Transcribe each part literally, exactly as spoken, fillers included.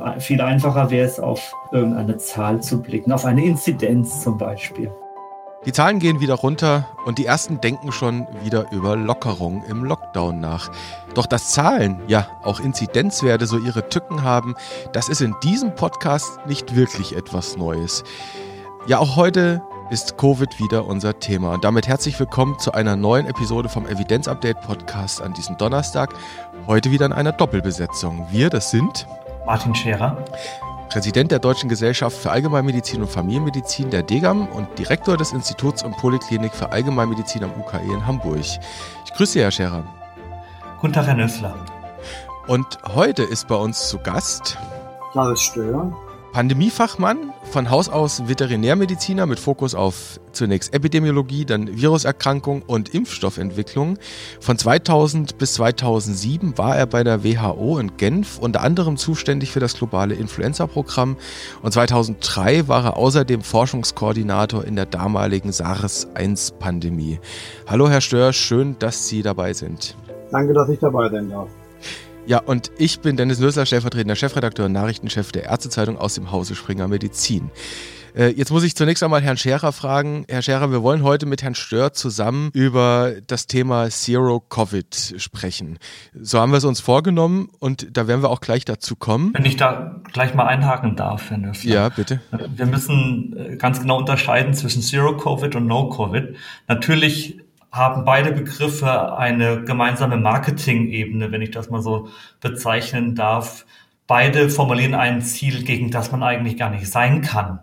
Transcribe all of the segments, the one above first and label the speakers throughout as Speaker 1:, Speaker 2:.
Speaker 1: viel einfacher wäre es, auf irgendeine Zahl zu blicken, auf eine Inzidenz zum Beispiel.
Speaker 2: Die Zahlen gehen wieder runter und die Ersten denken schon wieder über Lockerung im Lockdown nach. Doch dass Zahlen, ja auch Inzidenzwerte so ihre Tücken haben, das ist in diesem Podcast nicht wirklich etwas Neues. Ja, auch heute ist Covid wieder unser Thema. Und damit herzlich willkommen zu einer neuen Episode vom Evidenz-Update-Podcast an diesem Donnerstag. Heute wieder in einer Doppelbesetzung. Wir, das sind
Speaker 3: Martin Scherer,
Speaker 2: Präsident der Deutschen Gesellschaft für Allgemeinmedizin und Familienmedizin, der D G A M, und Direktor des Instituts und Poliklinik für Allgemeinmedizin am U K E in Hamburg. Ich grüße Sie, Herr Scherer.
Speaker 3: Guten Tag, Herr Nössler.
Speaker 2: Und heute ist bei uns zu Gast
Speaker 4: Klaus Stöhr,
Speaker 2: Pandemiefachmann, von Haus aus Veterinärmediziner mit Fokus auf zunächst Epidemiologie, dann Viruserkrankung und Impfstoffentwicklung. Von zweitausend bis zweitausendsieben war er bei der W H O in Genf unter anderem zuständig für das globale Influenza-Programm und zweitausenddrei war er außerdem Forschungskoordinator in der damaligen SARS eins Pandemie. Hallo Herr Stöhr, schön, dass Sie dabei sind.
Speaker 4: Danke, dass ich dabei sein darf.
Speaker 2: Ja, und ich bin Dennis Nössler, stellvertretender Chefredakteur und Nachrichtenchef der Ärztezeitung aus dem Hause Springer Medizin. Äh, jetzt muss ich zunächst einmal Herrn Scherer fragen. Herr Scherer, wir wollen heute mit Herrn Stöhr zusammen über das Thema Zero Covid sprechen. So haben wir es uns vorgenommen und da werden wir auch gleich dazu kommen.
Speaker 3: Wenn ich da gleich mal einhaken darf, Herr Nössler.
Speaker 2: Ja, bitte.
Speaker 3: Wir müssen ganz genau unterscheiden zwischen Zero Covid und No Covid. Natürlich haben beide Begriffe eine gemeinsame Marketing-Ebene, wenn ich das mal so bezeichnen darf. Beide formulieren ein Ziel, gegen das man eigentlich gar nicht sein kann.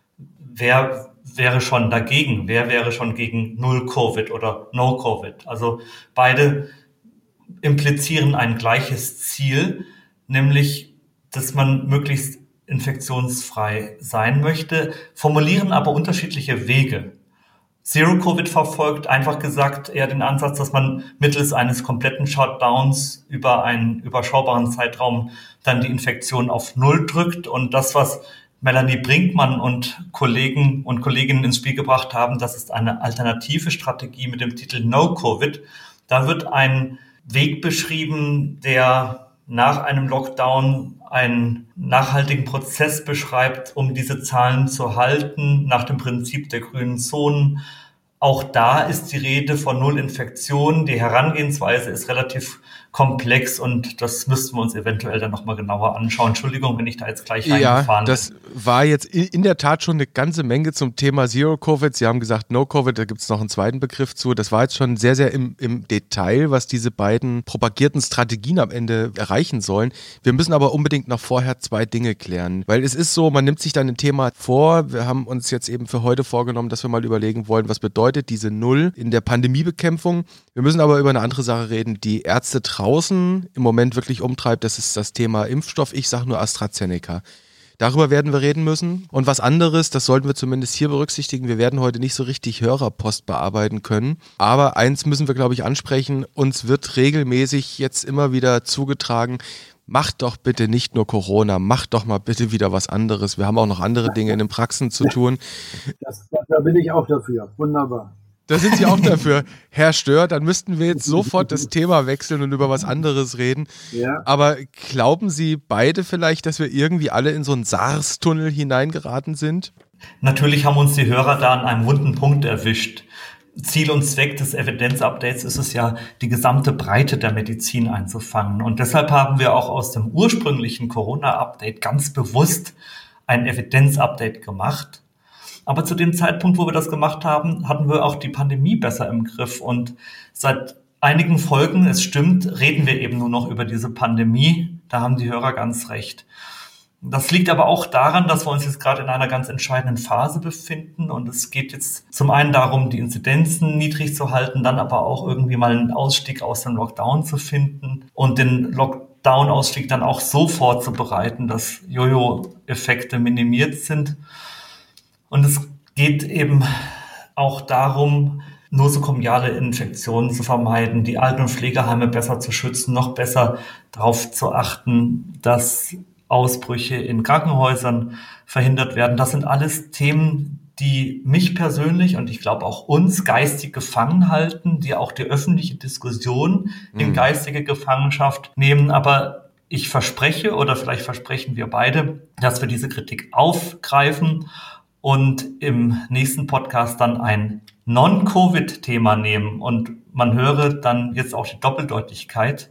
Speaker 3: Wer wäre schon dagegen? Wer wäre schon gegen Null Covid oder No Covid? Also beide implizieren ein gleiches Ziel, nämlich, dass man möglichst infektionsfrei sein möchte, formulieren aber unterschiedliche Wege. Zero Covid verfolgt, einfach gesagt, eher den Ansatz, dass man mittels eines kompletten Shutdowns über einen überschaubaren Zeitraum dann die Infektion auf Null drückt. Und das, was Melanie Brinkmann und Kollegen und Kolleginnen ins Spiel gebracht haben, das ist eine alternative Strategie mit dem Titel No Covid. Da wird ein Weg beschrieben, der nach einem Lockdown einen nachhaltigen Prozess beschreibt, um diese Zahlen zu halten, nach dem Prinzip der grünen Zonen. Auch da ist die Rede von Null Infektionen. Die Herangehensweise ist relativ komplex und das müssten wir uns eventuell dann nochmal genauer anschauen. Entschuldigung, wenn ich da jetzt gleich reingefahren bin.
Speaker 2: Ja, das war jetzt in der Tat schon eine ganze Menge zum Thema Zero Covid. Sie haben gesagt No Covid, da gibt es noch einen zweiten Begriff zu. Das war jetzt schon sehr, sehr im, im Detail, was diese beiden propagierten Strategien am Ende erreichen sollen. Wir müssen aber unbedingt noch vorher zwei Dinge klären, weil es ist so, man nimmt sich dann ein Thema vor. Wir haben uns jetzt eben für heute vorgenommen, dass wir mal überlegen wollen, was bedeutet diese Null in der Pandemiebekämpfung. Wir müssen aber über eine andere Sache reden, die Ärzte draußen im Moment wirklich umtreibt. Das ist das Thema Impfstoff. Ich sage nur AstraZeneca. Darüber werden wir reden müssen. Und was anderes, das sollten wir zumindest hier berücksichtigen. Wir werden heute nicht so richtig Hörerpost bearbeiten können. Aber eins müssen wir, glaube ich, ansprechen. Uns wird regelmäßig jetzt immer wieder zugetragen, macht doch bitte nicht nur Corona, macht doch mal bitte wieder was anderes. Wir haben auch noch andere Dinge in den Praxen zu tun.
Speaker 4: Das, da bin ich auch dafür. Wunderbar.
Speaker 2: Da sind Sie auch dafür, Herr Stöhr. Dann müssten wir jetzt sofort das Thema wechseln und über was anderes reden.
Speaker 4: Ja.
Speaker 2: Aber glauben Sie beide vielleicht, dass wir irgendwie alle in so einen SARS-Tunnel hineingeraten sind?
Speaker 3: Natürlich haben uns die Hörer da an einem wunden Punkt erwischt. Ziel und Zweck des Evidenz-Updates ist es ja, die gesamte Breite der Medizin einzufangen. Und deshalb haben wir auch aus dem ursprünglichen Corona-Update ganz bewusst ein Evidenz-Update gemacht. Aber zu dem Zeitpunkt, wo wir das gemacht haben, hatten wir auch die Pandemie besser im Griff. Und seit einigen Folgen, es stimmt, reden wir eben nur noch über diese Pandemie. Da haben die Hörer ganz recht. Das liegt aber auch daran, dass wir uns jetzt gerade in einer ganz entscheidenden Phase befinden. Und es geht jetzt zum einen darum, die Inzidenzen niedrig zu halten, dann aber auch irgendwie mal einen Ausstieg aus dem Lockdown zu finden und den Lockdown-Ausstieg dann auch so vorzubereiten, dass Jojo-Effekte minimiert sind. Und es geht eben auch darum, nosokomiale Infektionen zu vermeiden, die Alten- und Pflegeheime besser zu schützen, noch besser darauf zu achten, dass Ausbrüche in Krankenhäusern verhindert werden. Das sind alles Themen, die mich persönlich und ich glaube auch uns geistig gefangen halten, die auch die öffentliche Diskussion in geistige Gefangenschaft nehmen. Aber ich verspreche oder vielleicht versprechen wir beide, dass wir diese Kritik aufgreifen und im nächsten Podcast dann ein Non-Covid-Thema nehmen. Und man höre dann jetzt auch die Doppeldeutigkeit.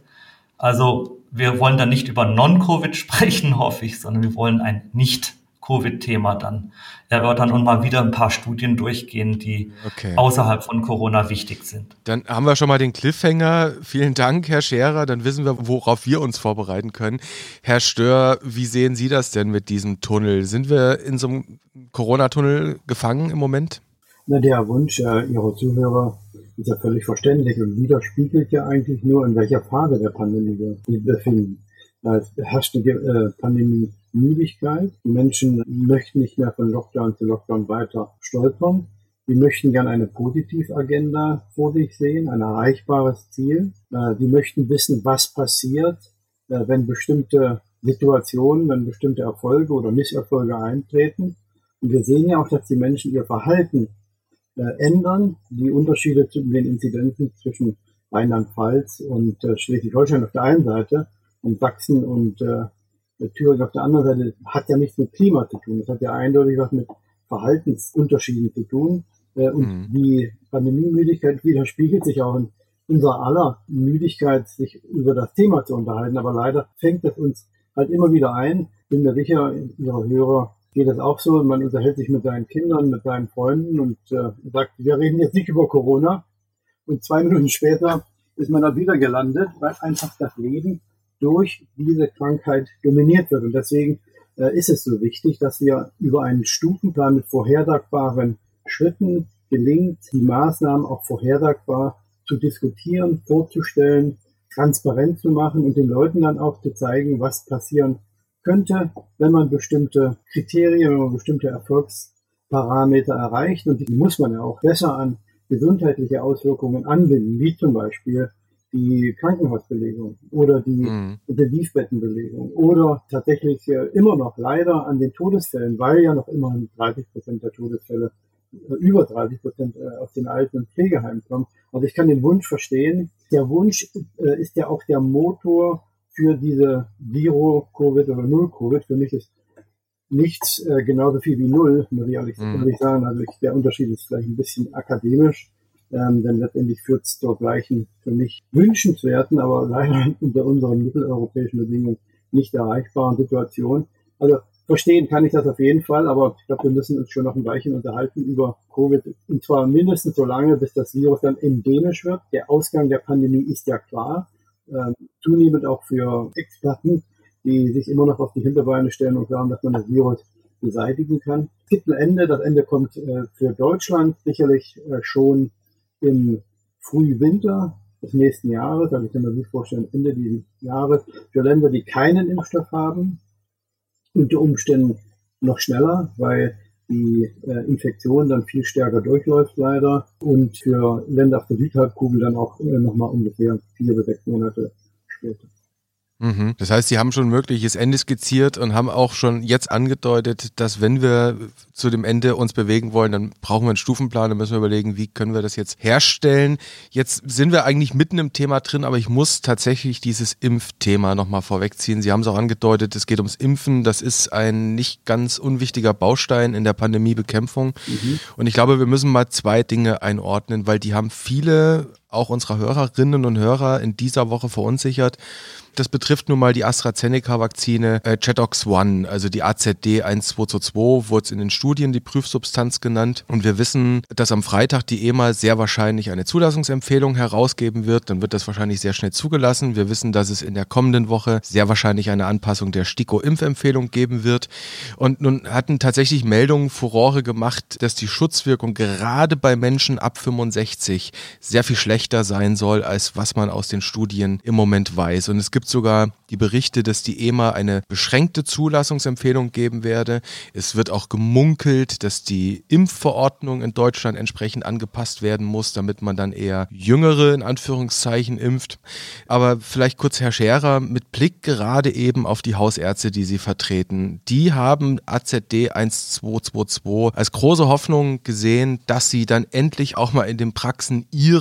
Speaker 3: Also wir wollen dann nicht über Non-Covid sprechen, hoffe ich, sondern wir wollen ein Nicht-Covid-Thema dann erörtern und mal wieder ein paar Studien durchgehen, die okay. außerhalb von Corona wichtig sind.
Speaker 2: Dann haben wir schon mal den Cliffhanger. Vielen Dank, Herr Scherer. Dann wissen wir, worauf wir uns vorbereiten können. Herr Stör, wie sehen Sie das denn mit diesem Tunnel? Sind wir in so einem Corona-Tunnel gefangen im Moment?
Speaker 4: Na, der Wunsch äh, Ihrer Zuhörer ist ja völlig verständlich und widerspiegelt ja eigentlich nur, in welcher Phase der Pandemie wir uns befinden. Es herrscht die äh, Pandemie-Müdigkeit. Die Menschen möchten nicht mehr von Lockdown zu Lockdown weiter stolpern. Die möchten gerne eine Positivagenda vor sich sehen, ein erreichbares Ziel. Äh, die möchten wissen, was passiert, äh, wenn bestimmte Situationen, wenn bestimmte Erfolge oder Misserfolge eintreten. Und wir sehen ja auch, dass die Menschen ihr Verhalten äh, ändern. Die Unterschiede zwischen den Inzidenzen zwischen Rheinland-Pfalz und äh, Schleswig-Holstein auf der einen Seite und Sachsen und äh, Thüringen auf der anderen Seite hat ja nichts mit Klima zu tun. Das hat ja eindeutig was mit Verhaltensunterschieden zu tun. Äh, und mhm. die Pandemiemüdigkeit widerspiegelt sich auch in unserer aller Müdigkeit, sich über das Thema zu unterhalten. Aber leider fängt es uns halt immer wieder ein. Bin mir sicher, Ihre Hörer geht es auch so. Man unterhält sich mit seinen Kindern, mit seinen Freunden und äh, sagt, wir reden jetzt nicht über Corona. Und zwei Minuten später ist man da wieder gelandet, weil einfach das Leben durch diese Krankheit dominiert wird. Und deswegen äh, ist es so wichtig, dass wir über einen Stufenplan mit vorhersagbaren Schritten gelingt, die Maßnahmen auch vorhersagbar zu diskutieren, vorzustellen, transparent zu machen und den Leuten dann auch zu zeigen, was passieren könnte, wenn man bestimmte Kriterien, wenn man bestimmte Erfolgsparameter erreicht. Und die muss man ja auch besser an gesundheitliche Auswirkungen anbinden, wie zum Beispiel die Krankenhausbelegung oder die mhm. Intensivbettenbelegung oder tatsächlich äh, immer noch leider an den Todesfällen, weil ja noch immer dreißig Prozent der Todesfälle, äh, über dreißig Prozent äh, aus den Alten- und Pflegeheimen kommen. Also ich kann den Wunsch verstehen. Der Wunsch äh, ist ja auch der Motor für diese Zero-Covid oder Null-Covid. Für mich ist nichts äh, genauso viel wie Null, muss ich ehrlich, mhm. ehrlich sagen. Also ich, der Unterschied ist vielleicht ein bisschen akademisch. Ähm, denn letztendlich führt es zur gleichen, für mich wünschenswerten, aber leider unter unseren mitteleuropäischen Bedingungen nicht erreichbaren Situation. Also verstehen kann ich das auf jeden Fall, aber ich glaube, wir müssen uns schon noch ein Weilchen unterhalten über Covid, und zwar mindestens so lange, bis das Virus dann endemisch wird. Der Ausgang der Pandemie ist ja klar, ähm, zunehmend auch für Experten, die sich immer noch auf die Hinterbeine stellen und sagen, dass man das Virus beseitigen kann. Es gibt ein Ende, das Ende kommt äh, für Deutschland sicherlich äh, schon im Frühwinter des nächsten Jahres, also ich kann mir gut vorstellen, Ende dieses Jahres, für Länder, die keinen Impfstoff haben, unter Umständen noch schneller, weil die äh, Infektion dann viel stärker durchläuft leider und für Länder auf der Südhalbkugel dann auch äh, nochmal ungefähr vier bis sechs Monate später.
Speaker 2: Mhm. Das heißt, Sie haben schon ein mögliches Ende skizziert und haben auch schon jetzt angedeutet, dass wenn wir zu dem Ende uns bewegen wollen, dann brauchen wir einen Stufenplan, dann müssen wir überlegen, wie können wir das jetzt herstellen. Jetzt sind wir eigentlich mitten im Thema drin, aber ich muss tatsächlich dieses Impfthema nochmal vorwegziehen. Sie haben es auch angedeutet, es geht ums Impfen. Das ist ein nicht ganz unwichtiger Baustein in der Pandemiebekämpfung. Mhm. Und ich glaube, wir müssen mal zwei Dinge einordnen, weil die haben viele, auch unserer Hörerinnen und Hörer, in dieser Woche verunsichert. Das betrifft nun mal die AstraZeneca-Vakzine äh, Cedox One, also die A Z D eins zwei zwei zwei, wurde es in den Studien die Prüfsubstanz genannt. Und wir wissen, dass am Freitag die E M A sehr wahrscheinlich eine Zulassungsempfehlung herausgeben wird. Dann wird das wahrscheinlich sehr schnell zugelassen. Wir wissen, dass es in der kommenden Woche sehr wahrscheinlich eine Anpassung der STIKO-Impfempfehlung geben wird. Und nun hatten tatsächlich Meldungen Furore gemacht, dass die Schutzwirkung gerade bei Menschen ab fünfundsechzig sehr viel schlechter sein soll, als was man aus den Studien im Moment weiß. Und es gibt sogar die Berichte, dass die E M A eine beschränkte Zulassungsempfehlung geben werde. Es wird auch gemunkelt, dass die Impfverordnung in Deutschland entsprechend angepasst werden muss, damit man dann eher Jüngere in Anführungszeichen impft. Aber vielleicht kurz, Herr Scherer, mit Blick gerade eben auf die Hausärzte, die Sie vertreten. Die haben A Z D eins zwei zwei zwei als große Hoffnung gesehen, dass sie dann endlich auch mal in den Praxen ihre Patienten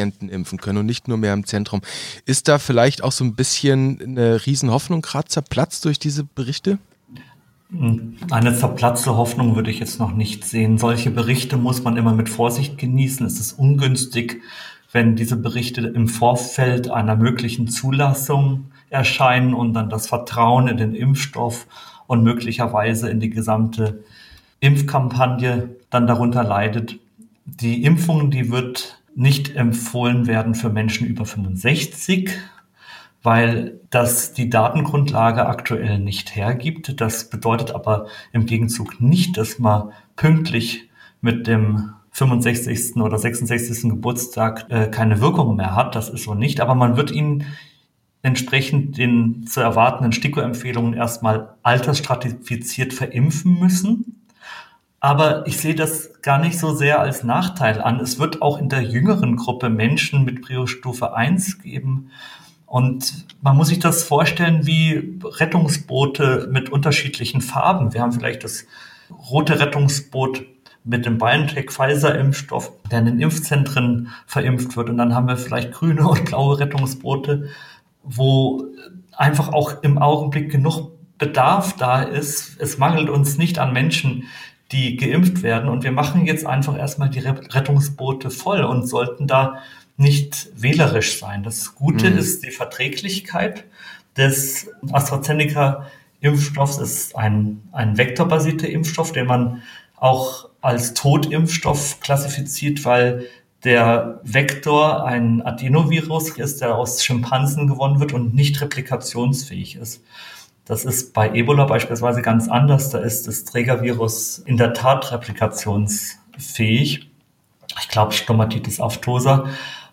Speaker 2: Patienten impfen können und nicht nur mehr im Zentrum. Ist da vielleicht auch so ein bisschen eine Riesenhoffnung gerade zerplatzt durch diese Berichte?
Speaker 3: Eine zerplatzte Hoffnung würde ich jetzt noch nicht sehen. Solche Berichte muss man immer mit Vorsicht genießen. Es ist ungünstig, wenn diese Berichte im Vorfeld einer möglichen Zulassung erscheinen und dann das Vertrauen in den Impfstoff und möglicherweise in die gesamte Impfkampagne dann darunter leidet. Die Impfung, die wird nicht empfohlen werden für Menschen über fünfundsechzig, weil das die Datengrundlage aktuell nicht hergibt. Das bedeutet aber im Gegenzug nicht, dass man pünktlich mit dem fünfundsechzigsten oder sechsundsechzigsten Geburtstag äh, keine Wirkung mehr hat. Das ist so nicht. Aber man wird ihn entsprechend den zu erwartenden STIKO-Empfehlungen erstmal altersstratifiziert verimpfen müssen. Aber ich sehe das gar nicht so sehr als Nachteil an. Es wird auch in der jüngeren Gruppe Menschen mit Prio-Stufe eins geben. Und man muss sich das vorstellen wie Rettungsboote mit unterschiedlichen Farben. Wir haben vielleicht das rote Rettungsboot mit dem BioNTech-Pfizer-Impfstoff, der in den Impfzentren verimpft wird. Und dann haben wir vielleicht grüne und blaue Rettungsboote, wo einfach auch im Augenblick genug Bedarf da ist. Es mangelt uns nicht an Menschen, die geimpft werden. Und wir machen jetzt einfach erstmal die Rettungsboote voll und sollten da nicht wählerisch sein. Das Gute mhm. ist die Verträglichkeit des AstraZeneca-Impfstoffs. Es ist ein, ein vektorbasierter Impfstoff, den man auch als Totimpfstoff klassifiziert, weil der Vektor ein Adenovirus ist, der aus Schimpansen gewonnen wird und nicht replikationsfähig ist. Das ist bei Ebola beispielsweise ganz anders. Da ist das Trägervirus in der Tat replikationsfähig. Ich glaube, Stomatitis aftosa.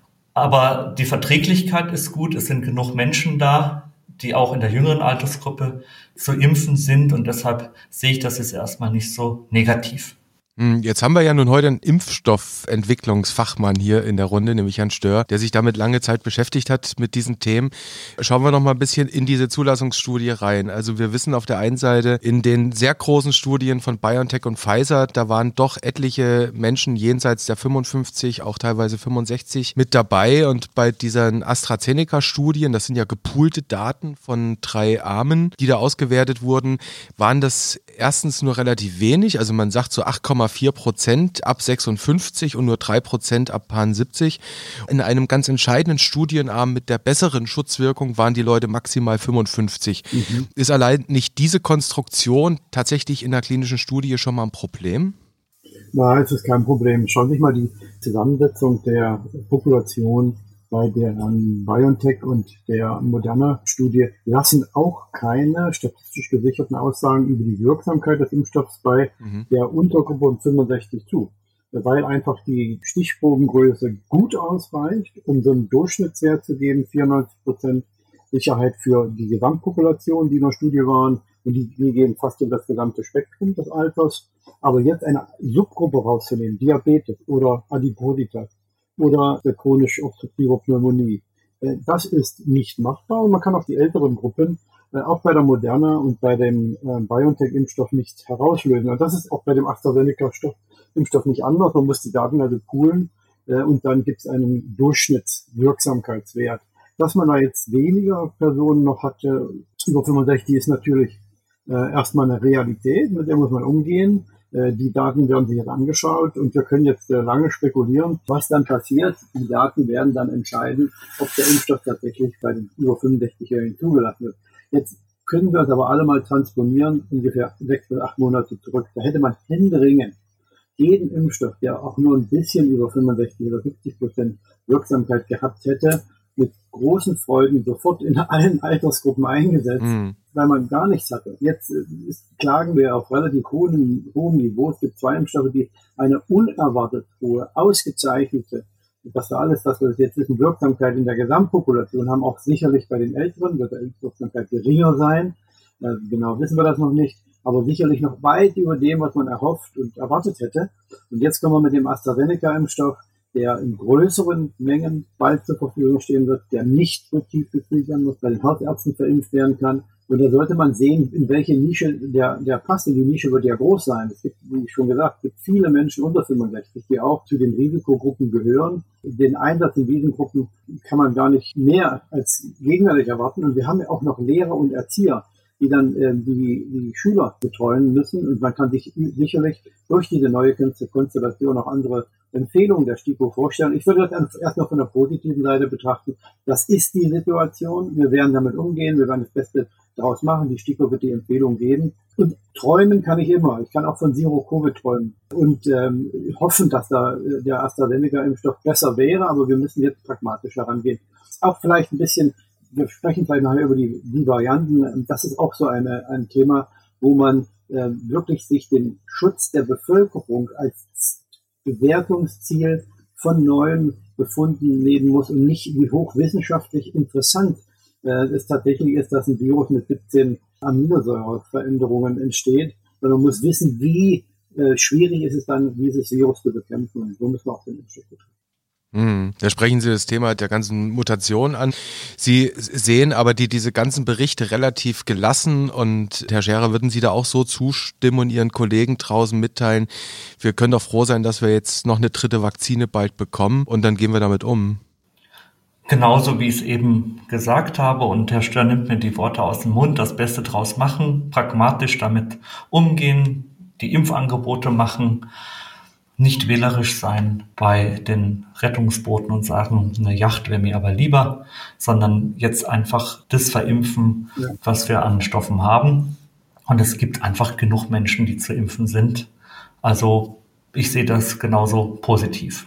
Speaker 3: Aber die Verträglichkeit ist gut. Es sind genug Menschen da, die auch in der jüngeren Altersgruppe zu impfen sind. Und deshalb sehe ich das jetzt erstmal nicht so negativ.
Speaker 2: Jetzt haben wir ja nun heute einen Impfstoffentwicklungsfachmann hier in der Runde, nämlich Herrn Stör, der sich damit lange Zeit beschäftigt hat mit diesen Themen. Schauen wir noch mal ein bisschen in diese Zulassungsstudie rein. Also wir wissen auf der einen Seite, in den sehr großen Studien von BioNTech und Pfizer, da waren doch etliche Menschen jenseits der fünfundfünfzig, auch teilweise fünfundsechzig mit dabei. Und bei diesen AstraZeneca-Studien, das sind ja gepoolte Daten von drei Armen, die da ausgewertet wurden, waren das erstens nur relativ wenig. Also man sagt so acht Komma vier Prozent ab sechsundfünfzig und nur drei Prozent ab siebzig. In einem ganz entscheidenden Studienarm mit der besseren Schutzwirkung waren die Leute maximal fünfundfünfzig. Mhm. Ist allein nicht diese Konstruktion tatsächlich in der klinischen Studie schon mal ein Problem?
Speaker 4: Nein, es ist kein Problem. Schauen Sie sich mal die Zusammensetzung der Population bei der ähm, BioNTech und der Moderna-Studie lassen auch keine statistisch gesicherten Aussagen über die Wirksamkeit des Impfstoffs bei mhm. der Untergruppe um fünfundsechzig zu, weil einfach die Stichprobengröße gut ausreicht, um so einen Durchschnittswert zu geben, vierundneunzig Prozent Sicherheit für die Gesamtpopulation, die in der Studie waren, und die, die gehen fast in das gesamte Spektrum des Alters. Aber jetzt eine Subgruppe rauszunehmen, Diabetes oder Adipositas, oder der chronisch obstruktive Pneumonie. Das ist nicht machbar und man kann auch die älteren Gruppen auch bei der Moderna und bei dem BioNTech-Impfstoff nicht herauslösen. Und das ist auch bei dem AstraZeneca-Impfstoff nicht anders. Man muss die Daten also poolen und dann gibt es einen Durchschnittswirksamkeitswert. Dass man da jetzt weniger Personen noch hat, über fünfundsechzig, ist natürlich erstmal eine Realität, mit der muss man umgehen. Die Daten werden sich jetzt angeschaut und wir können jetzt lange spekulieren, was dann passiert. Die Daten werden dann entscheiden, ob der Impfstoff tatsächlich bei den über fünfundsechzigjährigen zugelassen wird. Jetzt können wir uns aber alle mal transponieren, ungefähr sechs bis acht Monate zurück. Da hätte man händeringend jeden Impfstoff, der auch nur ein bisschen über fünfundsechzig oder siebzig Prozent Wirksamkeit gehabt hätte, mit großen Freuden sofort in allen Altersgruppen eingesetzt, mhm. weil man gar nichts hatte. Jetzt ist, klagen wir auf relativ hohem, hohem Niveau. Es gibt zwei Impfstoffe, die eine unerwartet hohe, ausgezeichnete, das war alles, was wir jetzt wissen, Wirksamkeit in der Gesamtpopulation haben, auch sicherlich bei den Älteren, wird die Wirksamkeit geringer sein. Äh, genau wissen wir das noch nicht, aber sicherlich noch weit über dem, was man erhofft und erwartet hätte. Und jetzt kommen wir mit dem AstraZeneca-Impfstoff, der in größeren Mengen bald zur Verfügung stehen wird, der nicht so tief gefiltern muss, bei den Hausärzten verimpft werden kann, Und da sollte man sehen, in welche Nische der, der passt. Und die Nische wird ja groß sein. Es gibt, wie ich schon gesagt, es gibt viele Menschen unter fünfundsechzig, die auch zu den Risikogruppen gehören. Den Einsatz in diesen Gruppen kann man gar nicht mehr als gegnerlich erwarten. Und wir haben ja auch noch Lehrer und Erzieher, die dann äh, die, die Schüler betreuen müssen. Und man kann sich sicherlich durch diese neue Konstellation auch andere Empfehlungen der STIKO vorstellen. Ich würde das erstmal von der positiven Seite betrachten. Das ist die Situation. Wir werden damit umgehen. Wir werden das Beste daraus machen. Die STIKO wird die Empfehlung geben. Und träumen kann ich immer. Ich kann auch von Zero-Covid träumen. Und ähm, hoffen, dass da der AstraZeneca-Impfstoff besser wäre. Aber wir müssen jetzt pragmatisch herangehen. Auch vielleicht ein bisschen, wir sprechen vielleicht nachher über die, die Varianten. Das ist auch so eine, ein Thema, wo man äh, wirklich sich den Schutz der Bevölkerung als Bewertungsziel von neuen Befunden nehmen muss und nicht, wie hochwissenschaftlich interessant äh, es tatsächlich ist, dass ein Virus mit siebzehn Aminosäureveränderungen entsteht, sondern man muss wissen, wie äh, schwierig ist es dann, dieses Virus zu bekämpfen. Und so müssen wir auch den Impfstoff betreiben.
Speaker 2: Hm, da sprechen Sie das Thema der ganzen Mutation an. Sie sehen aber die, diese ganzen Berichte relativ gelassen und Herr Scherer, würden Sie da auch so zustimmen und Ihren Kollegen draußen mitteilen, wir können doch froh sein, dass wir jetzt noch eine dritte Vakzine bald bekommen und dann gehen wir damit um?
Speaker 3: Genauso wie ich es eben gesagt habe und Herr Stör nimmt mir die Worte aus dem Mund, das Beste draus machen, pragmatisch damit umgehen, die Impfangebote machen, nicht wählerisch sein bei den Rettungsbooten und sagen, eine Yacht wäre mir aber lieber, sondern jetzt einfach das verimpfen, ja, was wir an Stoffen haben. Und es gibt einfach genug Menschen, die zu impfen sind. Also ich sehe das genauso positiv.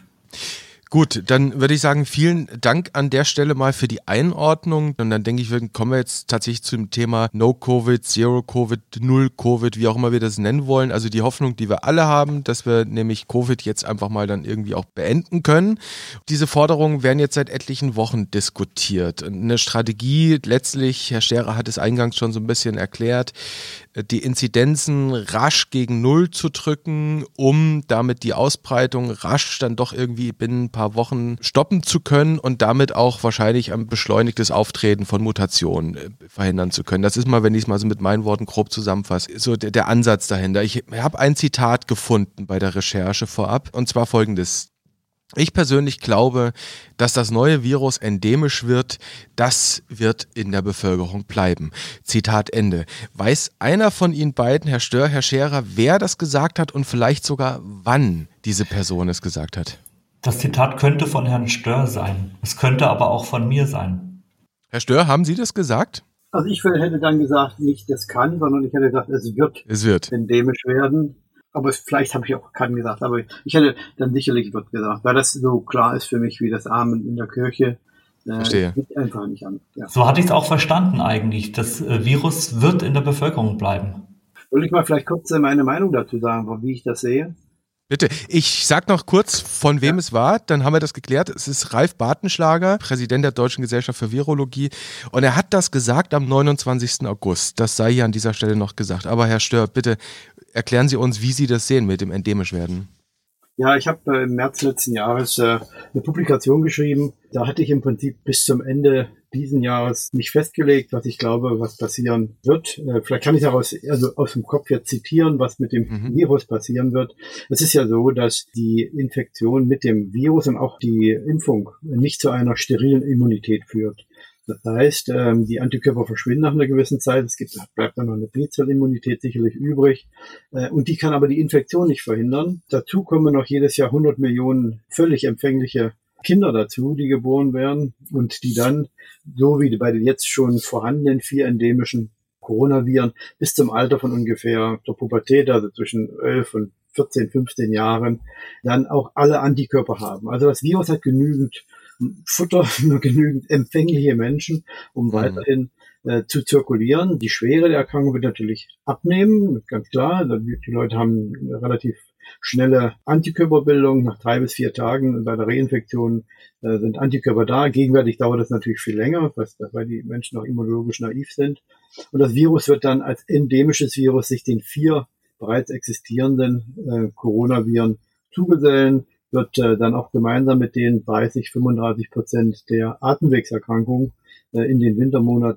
Speaker 2: Gut, dann würde ich sagen, vielen Dank an der Stelle mal für die Einordnung. Und dann denke ich, wir kommen wir jetzt tatsächlich zum Thema No-Covid, Zero-Covid, Null-Covid, wie auch immer wir das nennen wollen. Also die Hoffnung, die wir alle haben, dass wir nämlich Covid jetzt einfach mal dann irgendwie auch beenden können. Diese Forderungen werden jetzt seit etlichen Wochen diskutiert. Eine Strategie letztlich, Herr Scherer hat es eingangs schon so ein bisschen erklärt, die Inzidenzen rasch gegen Null zu drücken, um damit die Ausbreitung rasch dann doch irgendwie binnen ein paar Wochen stoppen zu können und damit auch wahrscheinlich ein beschleunigtes Auftreten von Mutationen verhindern zu können. Das ist mal, wenn ich es mal so mit meinen Worten grob zusammenfasse, so der, der Ansatz dahinter. Ich habe ein Zitat gefunden bei der Recherche vorab und zwar folgendes. Ich persönlich glaube, dass das neue Virus endemisch wird. Das wird in der Bevölkerung bleiben. Zitat Ende. Weiß einer von Ihnen beiden, Herr Stör, Herr Scherer, wer das gesagt hat und vielleicht sogar wann diese Person es gesagt hat?
Speaker 3: Das Zitat könnte von Herrn Stör sein. Es könnte aber auch von mir sein.
Speaker 2: Herr Stör, haben Sie das gesagt?
Speaker 4: Also ich hätte dann gesagt, nicht das kann, sondern ich hätte gesagt, es wird,
Speaker 2: es wird.
Speaker 4: endemisch werden. Aber vielleicht habe ich auch kann gesagt, aber ich hätte dann sicherlich wird gesagt, weil das so klar ist für mich wie das Amen in der Kirche. Äh,
Speaker 2: Verstehe.
Speaker 4: Geht einfach nicht an. Ja.
Speaker 3: So hatte ich es auch verstanden eigentlich. Das äh, Virus wird in der Bevölkerung bleiben.
Speaker 4: Soll ich mal vielleicht kurz meine Meinung dazu sagen, wie ich das sehe?
Speaker 2: Bitte, ich sag noch kurz, von wem ja. es war, dann haben wir das geklärt. Es ist Ralf Bartenschlager, Präsident der Deutschen Gesellschaft für Virologie und er hat das gesagt am neunundzwanzigsten August. Das sei hier an dieser Stelle noch gesagt. Aber Herr Stör, bitte erklären Sie uns, wie Sie das sehen mit dem endemisch werden.
Speaker 4: Ja, ich habe äh, im März letzten Jahres äh, eine Publikation geschrieben. Da hatte ich im Prinzip bis zum Ende diesen Jahres mich festgelegt, was ich glaube, was passieren wird. Äh, vielleicht kann ich daraus also aus dem Kopf jetzt zitieren, was mit dem mhm. Virus passieren wird. Es ist ja so, dass die Infektion mit dem Virus und auch die Impfung nicht zu einer sterilen Immunität führt. Das heißt, ähm, die Antikörper verschwinden nach einer gewissen Zeit. Es gibt, bleibt dann noch eine B-Zellimmunität sicherlich übrig. Äh, und die kann aber die Infektion nicht verhindern. Dazu kommen noch jedes Jahr hundert Millionen völlig empfängliche Kinder dazu, die geboren werden und die dann, so wie bei den jetzt schon vorhandenen vier endemischen Coronaviren, bis zum Alter von ungefähr der Pubertät, also zwischen elf und vierzehn, fünfzehn Jahren, dann auch alle Antikörper haben. Also das Virus hat genügend Futter, nur genügend empfängliche Menschen, um mhm. weiterhin äh, zu zirkulieren. Die Schwere der Erkrankung wird natürlich abnehmen, ganz klar. Die Leute haben eine relativ schnelle Antikörperbildung nach drei bis vier Tagen. Bei der Reinfektion äh, sind Antikörper da. Gegenwärtig dauert das natürlich viel länger, weil die Menschen noch immunologisch naiv sind. Und das Virus wird dann als endemisches Virus sich den vier bereits existierenden äh, Coronaviren zugesellen, wird äh, dann auch gemeinsam mit den dreißig, fünfunddreißig Prozent der Atemwegserkrankungen äh, in den Wintermonaten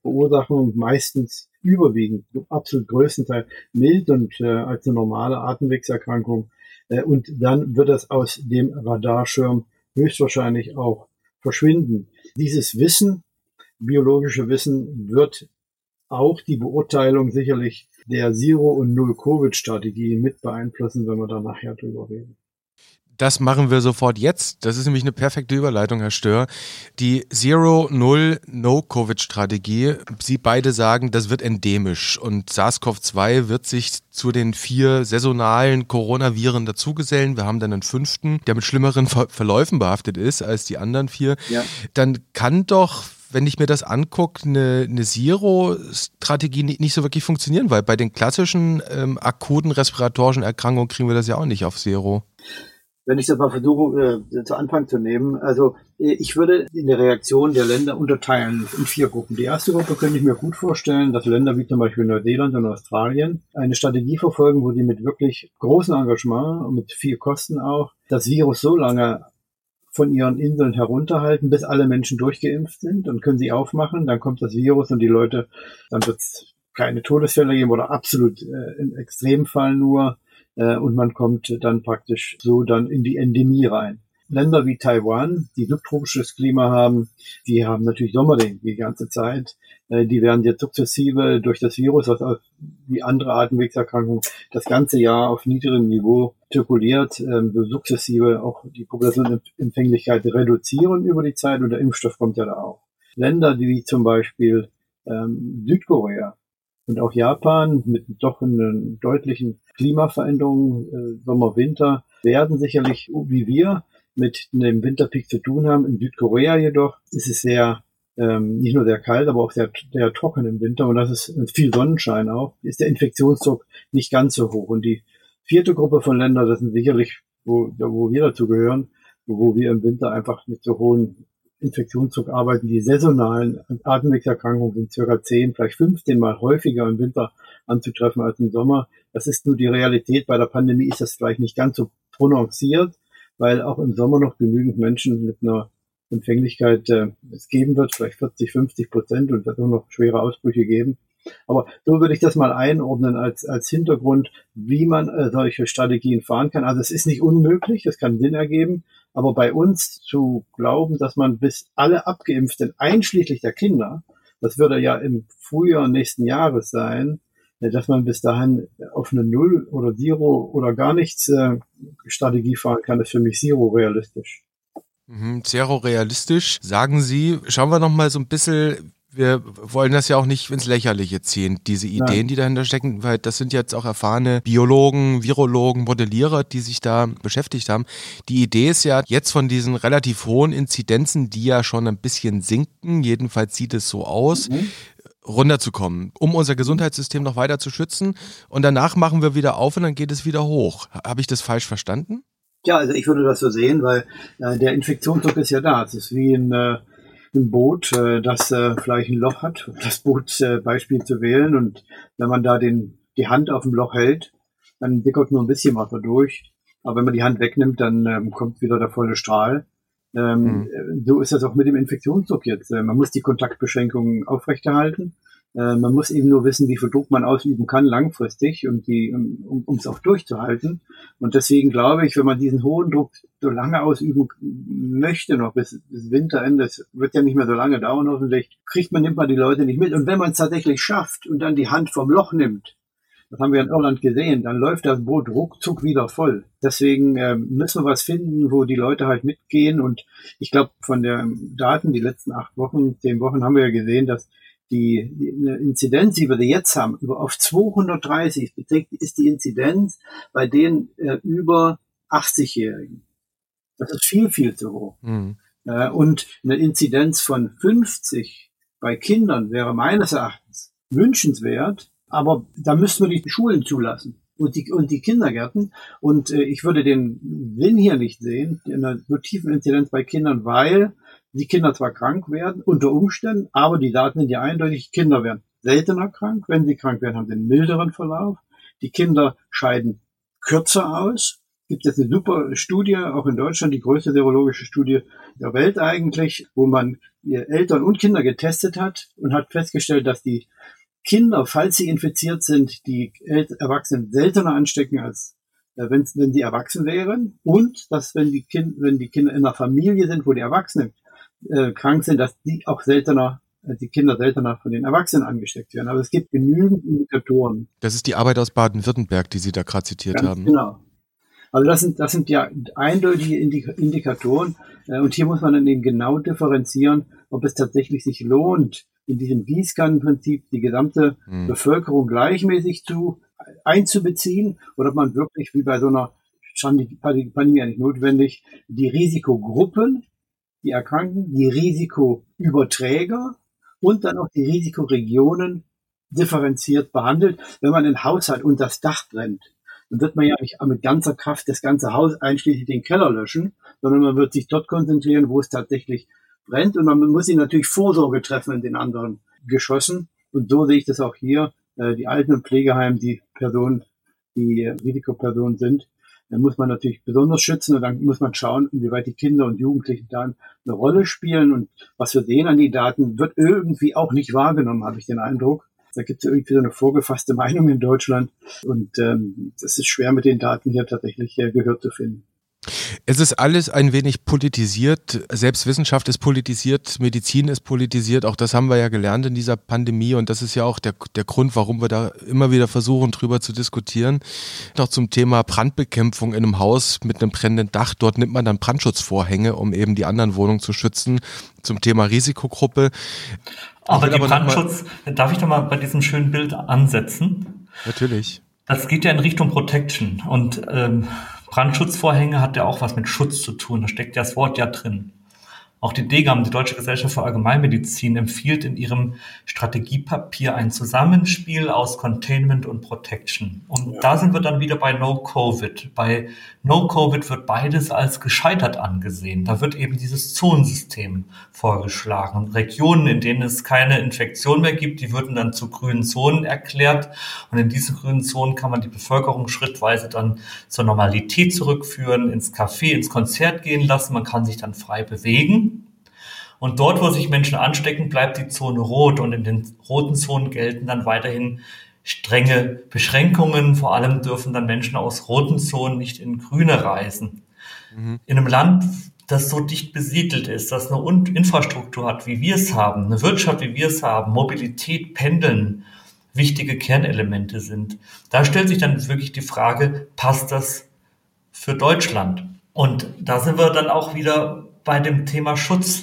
Speaker 4: verursachen meistens überwiegend, absolut größtenteils mild und äh, als eine normale Atemwegserkrankung. Äh, und dann wird das aus dem Radarschirm höchstwahrscheinlich auch verschwinden. Dieses Wissen, biologische Wissen, wird auch die Beurteilung sicherlich der Zero- und Null-Covid-Strategie mit beeinflussen, wenn wir da nachher drüber reden.
Speaker 2: Das machen wir sofort jetzt. Das ist nämlich eine perfekte Überleitung, Herr Stör. Die Zero-Null-No-Covid-Strategie, Sie beide sagen, das wird endemisch und SARS-C o V zwei wird sich zu den vier saisonalen Coronaviren dazugesellen. Wir haben dann einen fünften, der mit schlimmeren Ver- Verläufen behaftet ist als die anderen vier.
Speaker 4: Ja.
Speaker 2: Dann kann doch, wenn ich mir das angucke, eine, eine Zero-Strategie nicht, nicht so wirklich funktionieren, weil bei den klassischen ähm, akuten respiratorischen Erkrankungen kriegen wir das ja auch nicht auf Zero.
Speaker 4: Wenn ich das mal versuche, äh, zu Anfang zu nehmen, also äh, ich würde in der Reaktion der Länder unterteilen in vier Gruppen. Die erste Gruppe könnte ich mir gut vorstellen, dass Länder wie zum Beispiel Neuseeland und Australien eine Strategie verfolgen, wo sie mit wirklich großem Engagement und mit viel Kosten auch das Virus so lange von ihren Inseln herunterhalten, bis alle Menschen durchgeimpft sind, und können sie aufmachen, dann kommt das Virus und die Leute, dann wird es keine Todesfälle geben oder absolut äh, im Extremfall nur. Und man kommt dann praktisch so dann in die Endemie rein. Länder wie Taiwan, die subtropisches Klima haben, die haben natürlich Sommerregen die ganze Zeit. Die werden jetzt sukzessive durch das Virus, was auch wie andere Atemwegserkrankungen das ganze Jahr auf niedrigem Niveau zirkuliert, so sukzessive auch die Populationsempfänglichkeit reduzieren über die Zeit, und der Impfstoff kommt ja da auch. Länder wie zum Beispiel ähm, Südkorea und auch Japan mit doch einen deutlichen Klimaveränderungen, äh, Sommer, Winter, werden sicherlich, wie wir, mit einem Winterpeak zu tun haben. In Südkorea jedoch ist es sehr, ähm, nicht nur sehr kalt, aber auch sehr, sehr trocken im Winter, und das ist mit viel Sonnenschein auch, ist der Infektionsdruck nicht ganz so hoch. Und die vierte Gruppe von Ländern, das sind sicherlich, wo, wo wir dazu gehören, wo wir im Winter einfach mit so hohen Infektionsdruck arbeiten. Die saisonalen Atemwegserkrankungen sind circa zehn, vielleicht fünfzehn Mal häufiger im Winter anzutreffen als im Sommer. Das ist nur die Realität. Bei der Pandemie ist das vielleicht nicht ganz so prononciert, weil auch im Sommer noch genügend Menschen mit einer Empfänglichkeit äh, es geben wird, vielleicht vierzig, fünfzig Prozent, und wird auch noch schwere Ausbrüche geben. Aber so würde ich das mal einordnen als, als Hintergrund, wie man äh, solche Strategien fahren kann. Also es ist nicht unmöglich, es kann Sinn ergeben, aber bei uns zu glauben, dass man bis alle Abgeimpften, einschließlich der Kinder, das würde ja im Frühjahr nächsten Jahres sein, dass man bis dahin auf eine Null oder Zero oder gar nichts äh, Strategie fahren kann, ist für mich Zero realistisch.
Speaker 2: Mhm, Zero realistisch, sagen Sie. Schauen wir noch mal so ein bisschen, wir wollen das ja auch nicht ins Lächerliche ziehen, diese Ideen, Nein. die dahinter stecken, weil das sind jetzt auch erfahrene Biologen, Virologen, Modellierer, die sich da beschäftigt haben. Die Idee ist ja jetzt von diesen relativ hohen Inzidenzen, die ja schon ein bisschen sinken, jedenfalls sieht es so aus, mhm. runterzukommen, um unser Gesundheitssystem noch weiter zu schützen, und danach machen wir wieder auf und dann geht es wieder hoch. Habe ich das falsch verstanden?
Speaker 4: Ja, also ich würde das so sehen, weil äh, der Infektionsdruck ist ja da. Es ist wie ein, äh, ein Boot, äh, das äh, vielleicht ein Loch hat, um das Boot äh, Beispiel zu wählen, und wenn man da den, die Hand auf dem Loch hält, dann dickert nur ein bisschen Wasser durch, aber wenn man die Hand wegnimmt, dann ähm, kommt wieder der volle Strahl. Ähm, mhm. So ist das auch mit dem Infektionsdruck jetzt. Äh, man muss die Kontaktbeschränkungen aufrechterhalten. Äh, man muss eben nur wissen, wie viel Druck man ausüben kann langfristig, um die, um, um es auch durchzuhalten. Und deswegen glaube ich, wenn man diesen hohen Druck so lange ausüben möchte, noch bis, bis Winterende, das wird ja nicht mehr so lange dauern hoffentlich, kriegt man, nimmt man die Leute nicht mit. Und wenn man es tatsächlich schafft und dann die Hand vom Loch nimmt, das haben wir in Irland gesehen, dann läuft das Boot ruckzuck wieder voll. Deswegen äh, müssen wir was finden, wo die Leute halt mitgehen. Und ich glaube, von den Daten, die letzten acht Wochen, zehn Wochen, haben wir ja gesehen, dass die, die Inzidenz, die wir jetzt haben, über auf zweihundertdreißig beträgt, ist die Inzidenz bei den äh, über achtzig-Jährigen. Das ist viel, viel zu hoch. Mhm. Äh, und eine Inzidenz von fünfzig bei Kindern wäre meines Erachtens wünschenswert. Aber da müssten wir die Schulen zulassen und die, und die Kindergärten. Und äh, ich würde den Sinn hier nicht sehen, in einer so tiefen Inzidenz bei Kindern, weil die Kinder zwar krank werden, unter Umständen, aber die Daten sind ja eindeutig, Kinder werden seltener krank. Wenn sie krank werden, haben sie einen milderen Verlauf. Die Kinder scheiden kürzer aus. gibt es eine super Studie, auch in Deutschland, die größte serologische Studie der Welt eigentlich, wo man Eltern und Kinder getestet hat und hat festgestellt, dass die Kinder, falls sie infiziert sind, die Erwachsenen seltener anstecken, als äh, wenn, wenn sie erwachsen wären. Und dass, wenn die, kind, wenn die Kinder in einer Familie sind, wo die Erwachsenen äh, krank sind, dass die auch seltener, äh, die Kinder seltener von den Erwachsenen angesteckt werden. Aber es gibt genügend Indikatoren.
Speaker 2: Das ist die Arbeit aus Baden-Württemberg, die Sie da gerade zitiert
Speaker 4: Ganz
Speaker 2: haben.
Speaker 4: Genau. Also das sind, das sind ja eindeutige Indikatoren. Und hier muss man dann eben genau differenzieren, ob es tatsächlich sich lohnt, in diesem Gießkannenprinzip die gesamte hm. Bevölkerung gleichmäßig zu einzubeziehen oder ob man wirklich, wie bei so einer Pandemie eigentlich notwendig, die Risikogruppen, die Erkrankten, die Risikoüberträger und dann auch die Risikoregionen differenziert behandelt. Wenn man ein Haus hat und das Dach brennt, dann wird man ja nicht mit ganzer Kraft das ganze Haus einschließlich den Keller löschen, sondern man wird sich dort konzentrieren, wo es tatsächlich brennt. Und man muss sich natürlich Vorsorge treffen in den anderen Geschossen. Und so sehe ich das auch hier. Die Alten- und Pflegeheime, die Personen, die Risikopersonen sind, dann muss man natürlich besonders schützen. Und dann muss man schauen, inwieweit die Kinder und Jugendlichen da eine Rolle spielen. Und was wir sehen an die Daten, wird irgendwie auch nicht wahrgenommen, habe ich den Eindruck. Da gibt es irgendwie so eine vorgefasste Meinung in Deutschland und ähm, es ist schwer, mit den Daten hier tatsächlich äh, Gehör zu finden.
Speaker 2: Es ist alles ein wenig politisiert. Selbst Wissenschaft ist politisiert, Medizin ist politisiert. Auch das haben wir ja gelernt in dieser Pandemie und das ist ja auch der, der Grund, warum wir da immer wieder versuchen, drüber zu diskutieren. Noch zum Thema Brandbekämpfung in einem Haus mit einem brennenden Dach. Dort nimmt man dann Brandschutzvorhänge, um eben die anderen Wohnungen zu schützen. Zum Thema Risikogruppe.
Speaker 3: Aber die Brandschutz, darf ich da mal bei diesem schönen Bild ansetzen?
Speaker 2: Natürlich.
Speaker 3: Das geht ja in Richtung Protection und ähm, Brandschutzvorhänge hat ja auch was mit Schutz zu tun, da steckt ja das Wort ja drin. Auch die D G A M, die Deutsche Gesellschaft für Allgemeinmedizin, empfiehlt in ihrem Strategiepapier ein Zusammenspiel aus Containment und Protection. Und ja. da sind wir dann wieder bei No-Covid. Bei No-Covid wird beides als gescheitert angesehen. Da wird eben dieses Zonensystem vorgeschlagen. Und Regionen, in denen es keine Infektion mehr gibt, die würden dann zu grünen Zonen erklärt. Und in diesen grünen Zonen kann man die Bevölkerung schrittweise dann zur Normalität zurückführen, ins Café, ins Konzert gehen lassen. Man kann sich dann frei bewegen. Und dort, wo sich Menschen anstecken, bleibt die Zone rot. Und in den roten Zonen gelten dann weiterhin strenge Beschränkungen. Vor allem dürfen dann Menschen aus roten Zonen nicht in grüne reisen. Mhm. In einem Land, das so dicht besiedelt ist, das eine Infrastruktur hat, wie wir es haben, eine Wirtschaft, wie wir es haben, Mobilität, Pendeln, wichtige Kernelemente sind. Da stellt sich dann wirklich die Frage, passt das für Deutschland? Und da sind wir dann auch wieder bei dem Thema Schutz.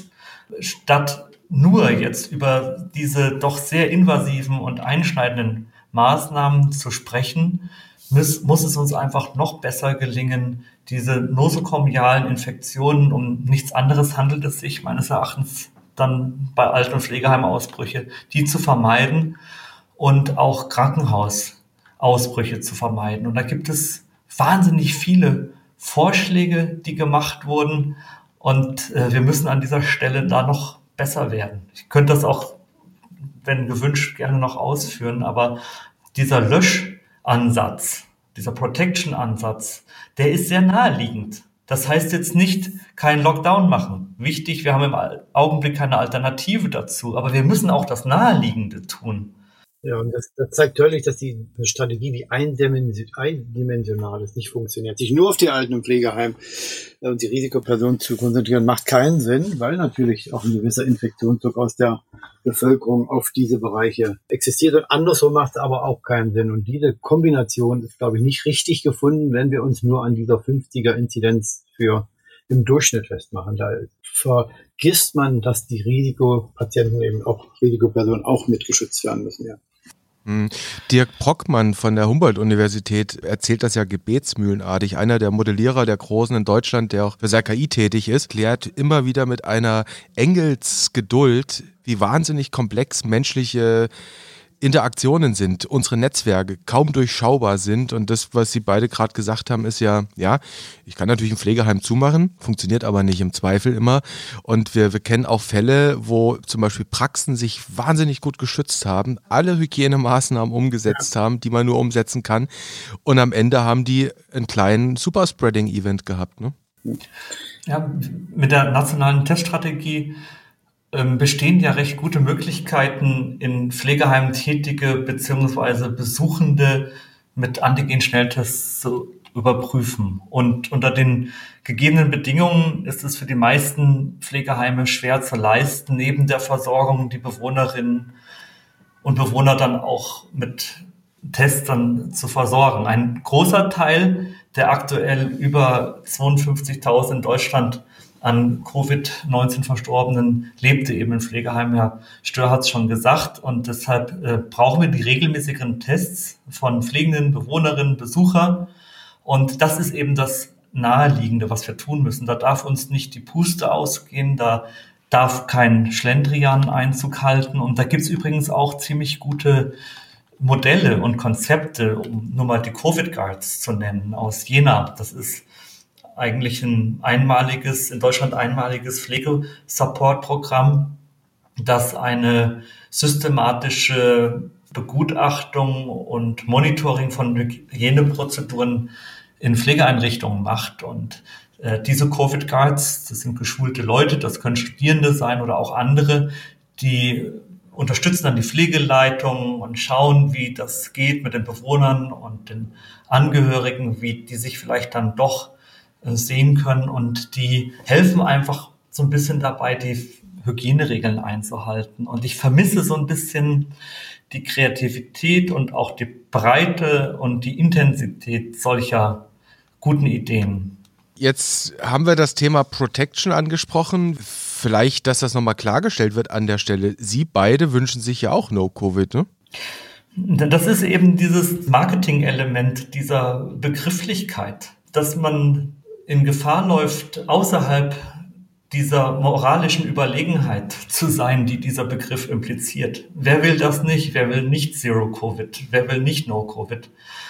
Speaker 3: Statt nur jetzt über diese doch sehr invasiven und einschneidenden Maßnahmen zu sprechen, muss, muss es uns einfach noch besser gelingen, diese nosokomialen Infektionen, um nichts anderes handelt es sich meines Erachtens dann bei Alten- und Pflegeheimausbrüche, die zu vermeiden und auch Krankenhausausbrüche zu vermeiden. Und da gibt es wahnsinnig viele Vorschläge, die gemacht wurden. Und äh, wir müssen an dieser Stelle da noch besser werden. Ich könnte das auch, wenn gewünscht, gerne noch ausführen, aber dieser Löschansatz, dieser Protection-Ansatz, der ist sehr naheliegend. Das heißt jetzt nicht, keinen Lockdown machen. Wichtig, wir haben im Augenblick keine Alternative dazu, aber wir müssen auch das Naheliegende tun.
Speaker 4: Ja, und das, das zeigt deutlich, dass die Strategie, die eindimensional ist, nicht funktioniert. Sich nur auf die Alten- und Pflegeheime und die Risikopersonen zu konzentrieren, macht keinen Sinn, weil natürlich auch ein gewisser Infektionsdruck aus der Bevölkerung auf diese Bereiche existiert. Und andersrum macht es aber auch keinen Sinn. Und diese Kombination ist, glaube ich, nicht richtig gefunden, wenn wir uns nur an dieser fünfziger-Inzidenz für im Durchschnitt festmachen. Da vergisst man, dass die Risikopatienten eben auch Risikopersonen auch mitgeschützt werden müssen, ja.
Speaker 2: Dirk Brockmann von der Humboldt-Universität erzählt das ja gebetsmühlenartig. Einer der Modellierer der Großen in Deutschland, der auch für S R K I tätig ist, klärt immer wieder mit einer Engelsgeduld, wie wahnsinnig komplex menschliche Interaktionen sind, unsere Netzwerke kaum durchschaubar sind. Und das, was Sie beide gerade gesagt haben, ist ja, ja, ich kann natürlich ein Pflegeheim zumachen, funktioniert aber nicht im Zweifel immer. Und wir, wir kennen auch Fälle, wo zum Beispiel Praxen sich wahnsinnig gut geschützt haben, alle Hygienemaßnahmen umgesetzt ja. haben, die man nur umsetzen kann. Und am Ende haben die einen kleinen Superspreading-Event gehabt. Ne?
Speaker 3: Ja, mit der nationalen Teststrategie bestehen ja recht gute Möglichkeiten, in Pflegeheimen Tätige bzw. Besuchende mit Antigen-Schnelltests zu überprüfen. Und unter den gegebenen Bedingungen ist es für die meisten Pflegeheime schwer zu leisten, neben der Versorgung die Bewohnerinnen und Bewohner dann auch mit Tests dann zu versorgen. Ein großer Teil der aktuell über zweiundfünfzigtausend in Deutschland an Covid neunzehn Verstorbenen lebte eben in Pflegeheimen. Herr Stör hat es schon gesagt. Und deshalb äh, brauchen wir die regelmäßigen Tests von pflegenden Bewohnerinnen, Besucher. Und das ist eben das Naheliegende, was wir tun müssen. Da darf uns nicht die Puste ausgehen, da darf kein Schlendrian Einzug halten. Und da gibt es übrigens auch ziemlich gute Modelle und Konzepte, um nur mal die Covid Guards zu nennen, aus Jena. Das ist eigentlich ein einmaliges, in Deutschland einmaliges Pflegesupport-Programm, das eine systematische Begutachtung und Monitoring von Hygieneprozeduren in Pflegeeinrichtungen macht. Und äh, diese Covid Guards, das sind geschulte Leute, das können Studierende sein oder auch andere, die unterstützen dann die Pflegeleitung und schauen, wie das geht mit den Bewohnern und den Angehörigen, wie die sich vielleicht dann doch sehen können, und die helfen einfach so ein bisschen dabei, die Hygieneregeln einzuhalten. Und ich vermisse so ein bisschen die Kreativität und auch die Breite und die Intensität solcher guten Ideen.
Speaker 2: Jetzt haben wir das Thema Protection angesprochen. Vielleicht, dass das nochmal klargestellt wird an der Stelle. Sie beide wünschen sich ja auch No-Covid, ne?
Speaker 3: Das ist eben dieses Marketing-Element dieser Begrifflichkeit, dass man in Gefahr läuft, außerhalb dieser moralischen Überlegenheit zu sein, die dieser Begriff impliziert. Wer will das nicht? Wer will nicht Zero-Covid? Wer will nicht No-Covid?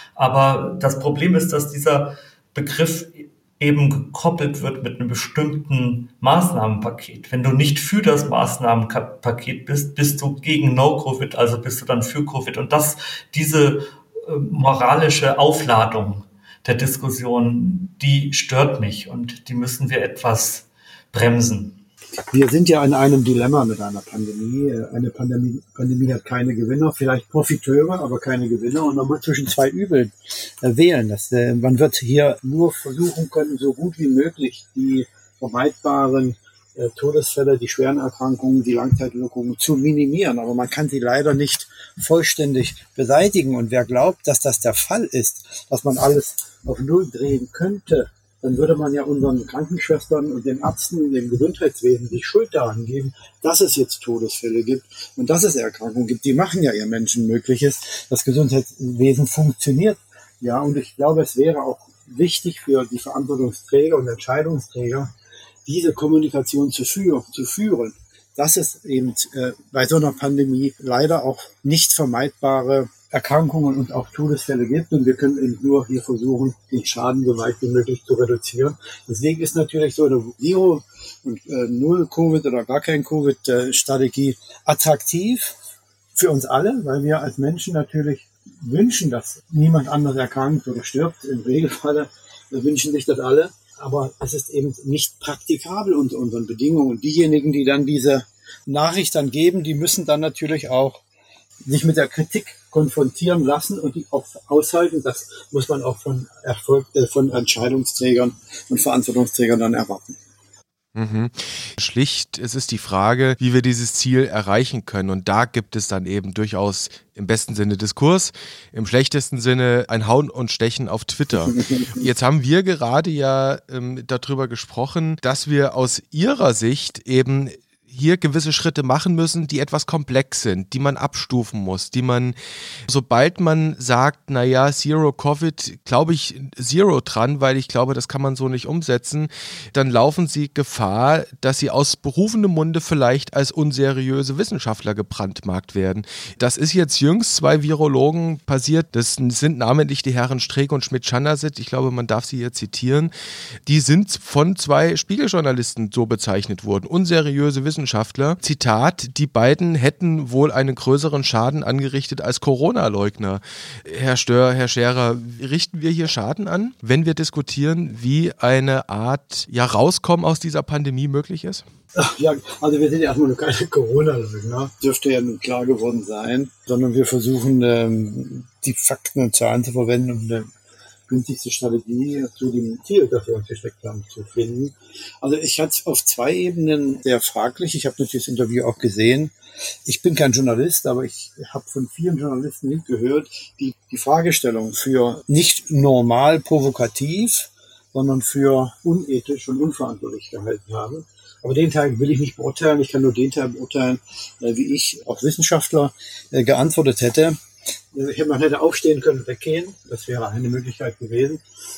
Speaker 3: Aber das Problem ist, dass dieser Begriff eben gekoppelt wird mit einem bestimmten Maßnahmenpaket. Wenn du nicht für das Maßnahmenpaket bist, bist du gegen No-Covid, also bist du dann für Covid. Und das, diese äh, moralische Aufladung der Diskussion, die stört mich, und die müssen wir etwas bremsen.
Speaker 4: Wir sind ja in einem Dilemma mit einer Pandemie. Eine Pandemie, Pandemie hat keine Gewinner, vielleicht Profiteure, aber keine Gewinner. Und man muss zwischen zwei Übeln äh, wählen. Das, äh, man wird hier nur versuchen können, so gut wie möglich die vermeidbaren äh, Todesfälle, die schweren Erkrankungen, die Langzeitwirkungen zu minimieren. Aber man kann sie leider nicht vollständig beseitigen. Und wer glaubt, dass das der Fall ist, dass man alles auf Null drehen könnte, dann würde man ja unseren Krankenschwestern und den Ärzten, dem Gesundheitswesen die Schuld daran geben, dass es jetzt Todesfälle gibt und dass es Erkrankungen gibt. Die machen ja ihr Menschenmögliches. Das Gesundheitswesen funktioniert. Ja, und ich glaube, es wäre auch wichtig für die Verantwortungsträger und Entscheidungsträger, diese Kommunikation zu, führ- zu führen, dass es eben äh, bei so einer Pandemie leider auch nicht vermeidbare Erkrankungen und auch Todesfälle gibt, und wir können eben nur hier versuchen, den Schaden so weit wie möglich zu reduzieren. Deswegen ist natürlich so eine Zero- und äh, Null-Covid oder gar kein Covid-Strategie attraktiv für uns alle, weil wir als Menschen natürlich wünschen, dass niemand anderes erkrankt oder stirbt. Im Regelfall wünschen sich das alle, aber es ist eben nicht praktikabel unter unseren Bedingungen. Und diejenigen, die dann diese Nachricht dann geben, die müssen dann natürlich auch sich mit der Kritik konfrontieren lassen und die auch aushalten. Das muss man auch von Erfolg, äh, von Entscheidungsträgern und Verantwortungsträgern dann erwarten.
Speaker 2: Mhm. Schlicht, es ist die Frage, wie wir dieses Ziel erreichen können. Und da gibt es dann eben durchaus im besten Sinne Diskurs, im schlechtesten Sinne ein Hauen und Stechen auf Twitter. Jetzt haben wir gerade ja ähm, darüber gesprochen, dass wir aus Ihrer Sicht eben hier gewisse Schritte machen müssen, die etwas komplex sind, die man abstufen muss, die man, sobald man sagt, naja, Zero Covid, glaube ich Zero dran, weil ich glaube, das kann man so nicht umsetzen, dann laufen sie Gefahr, dass sie aus berufenem Munde vielleicht als unseriöse Wissenschaftler gebrandmarkt werden. Das ist jetzt jüngst zwei Virologen passiert, das sind namentlich die Herren Streeck und Schmidt-Schandersit, ich glaube, man darf sie hier zitieren, die sind von zwei Spiegeljournalisten so bezeichnet worden, unseriöse Wissenschaftler. Zitat, die beiden hätten wohl einen größeren Schaden angerichtet als Corona-Leugner. Herr Stör, Herr Scherer, richten wir hier Schaden an, wenn wir diskutieren, wie eine Art ja, Rauskommen aus dieser Pandemie möglich ist?
Speaker 4: Ach, ja, also wir sind ja erstmal nur keine Corona-Leugner, dürfte ja nun klar geworden sein, sondern wir versuchen, ähm, die Fakten und Zahlen zu verwenden, um eine günstigste Strategie zu dem Ziel, das wir uns gesteckt haben, zu finden. Also ich hatte es auf zwei Ebenen sehr fraglich. Ich habe natürlich das Interview auch gesehen. Ich bin kein Journalist, aber ich habe von vielen Journalisten mitgehört, die die Fragestellung für nicht normal provokativ, sondern für unethisch und unverantwortlich gehalten haben. Aber den Teil will ich nicht beurteilen. Ich kann nur den Teil beurteilen, wie ich, auch Wissenschaftler, geantwortet hätte. Man hätte aufstehen können und weggehen. Das wäre eine Möglichkeit gewesen.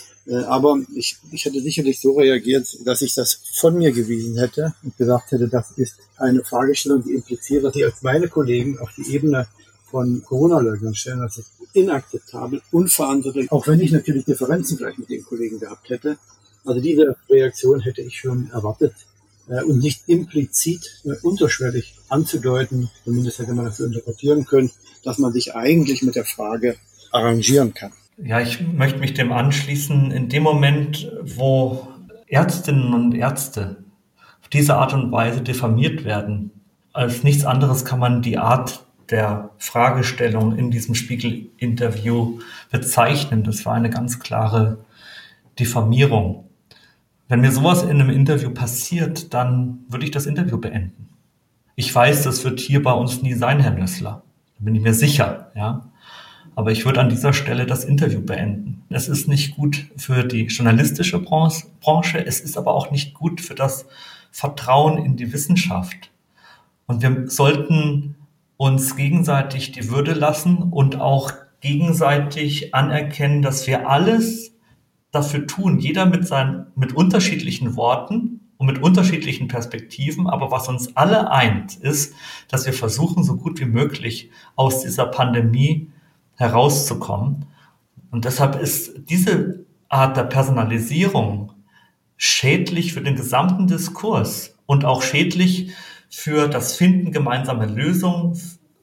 Speaker 4: Aber ich, ich hätte sicherlich so reagiert, dass ich das von mir gewiesen hätte und gesagt hätte, das ist eine Fragestellung, die impliziert, dass ich als meine Kollegen auf die Ebene von Corona-Leugnern stellen. Das ist inakzeptabel, unverantwortlich, auch wenn ich natürlich Differenzen vielleicht mit den Kollegen gehabt hätte. Also diese Reaktion hätte ich schon erwartet. Und nicht implizit äh, unterschwellig anzudeuten, zumindest hätte man das so interpretieren können, dass man sich eigentlich mit der Frage arrangieren kann.
Speaker 3: Ja, ich möchte mich dem anschließen. In dem Moment, wo Ärztinnen und Ärzte auf diese Art und Weise diffamiert werden, als nichts anderes kann man die Art der Fragestellung in diesem Spiegel-Interview bezeichnen. Das war eine ganz klare Diffamierung. Wenn mir sowas in einem Interview passiert, dann würde ich das Interview beenden. Ich weiß, das wird hier bei uns nie sein, Herr Nössler. Da bin ich mir sicher, ja. Aber ich würde an dieser Stelle das Interview beenden. Es ist nicht gut für die journalistische Branche, es ist aber auch nicht gut für das Vertrauen in die Wissenschaft. Und wir sollten uns gegenseitig die Würde lassen und auch gegenseitig anerkennen, dass wir alles dafür tun, jeder mit seinen, mit unterschiedlichen Worten und mit unterschiedlichen Perspektiven, aber was uns alle eint, ist, dass wir versuchen, so gut wie möglich aus dieser Pandemie herauszukommen. Und deshalb ist diese Art der Personalisierung schädlich für den gesamten Diskurs und auch schädlich für das Finden gemeinsamer Lösungen.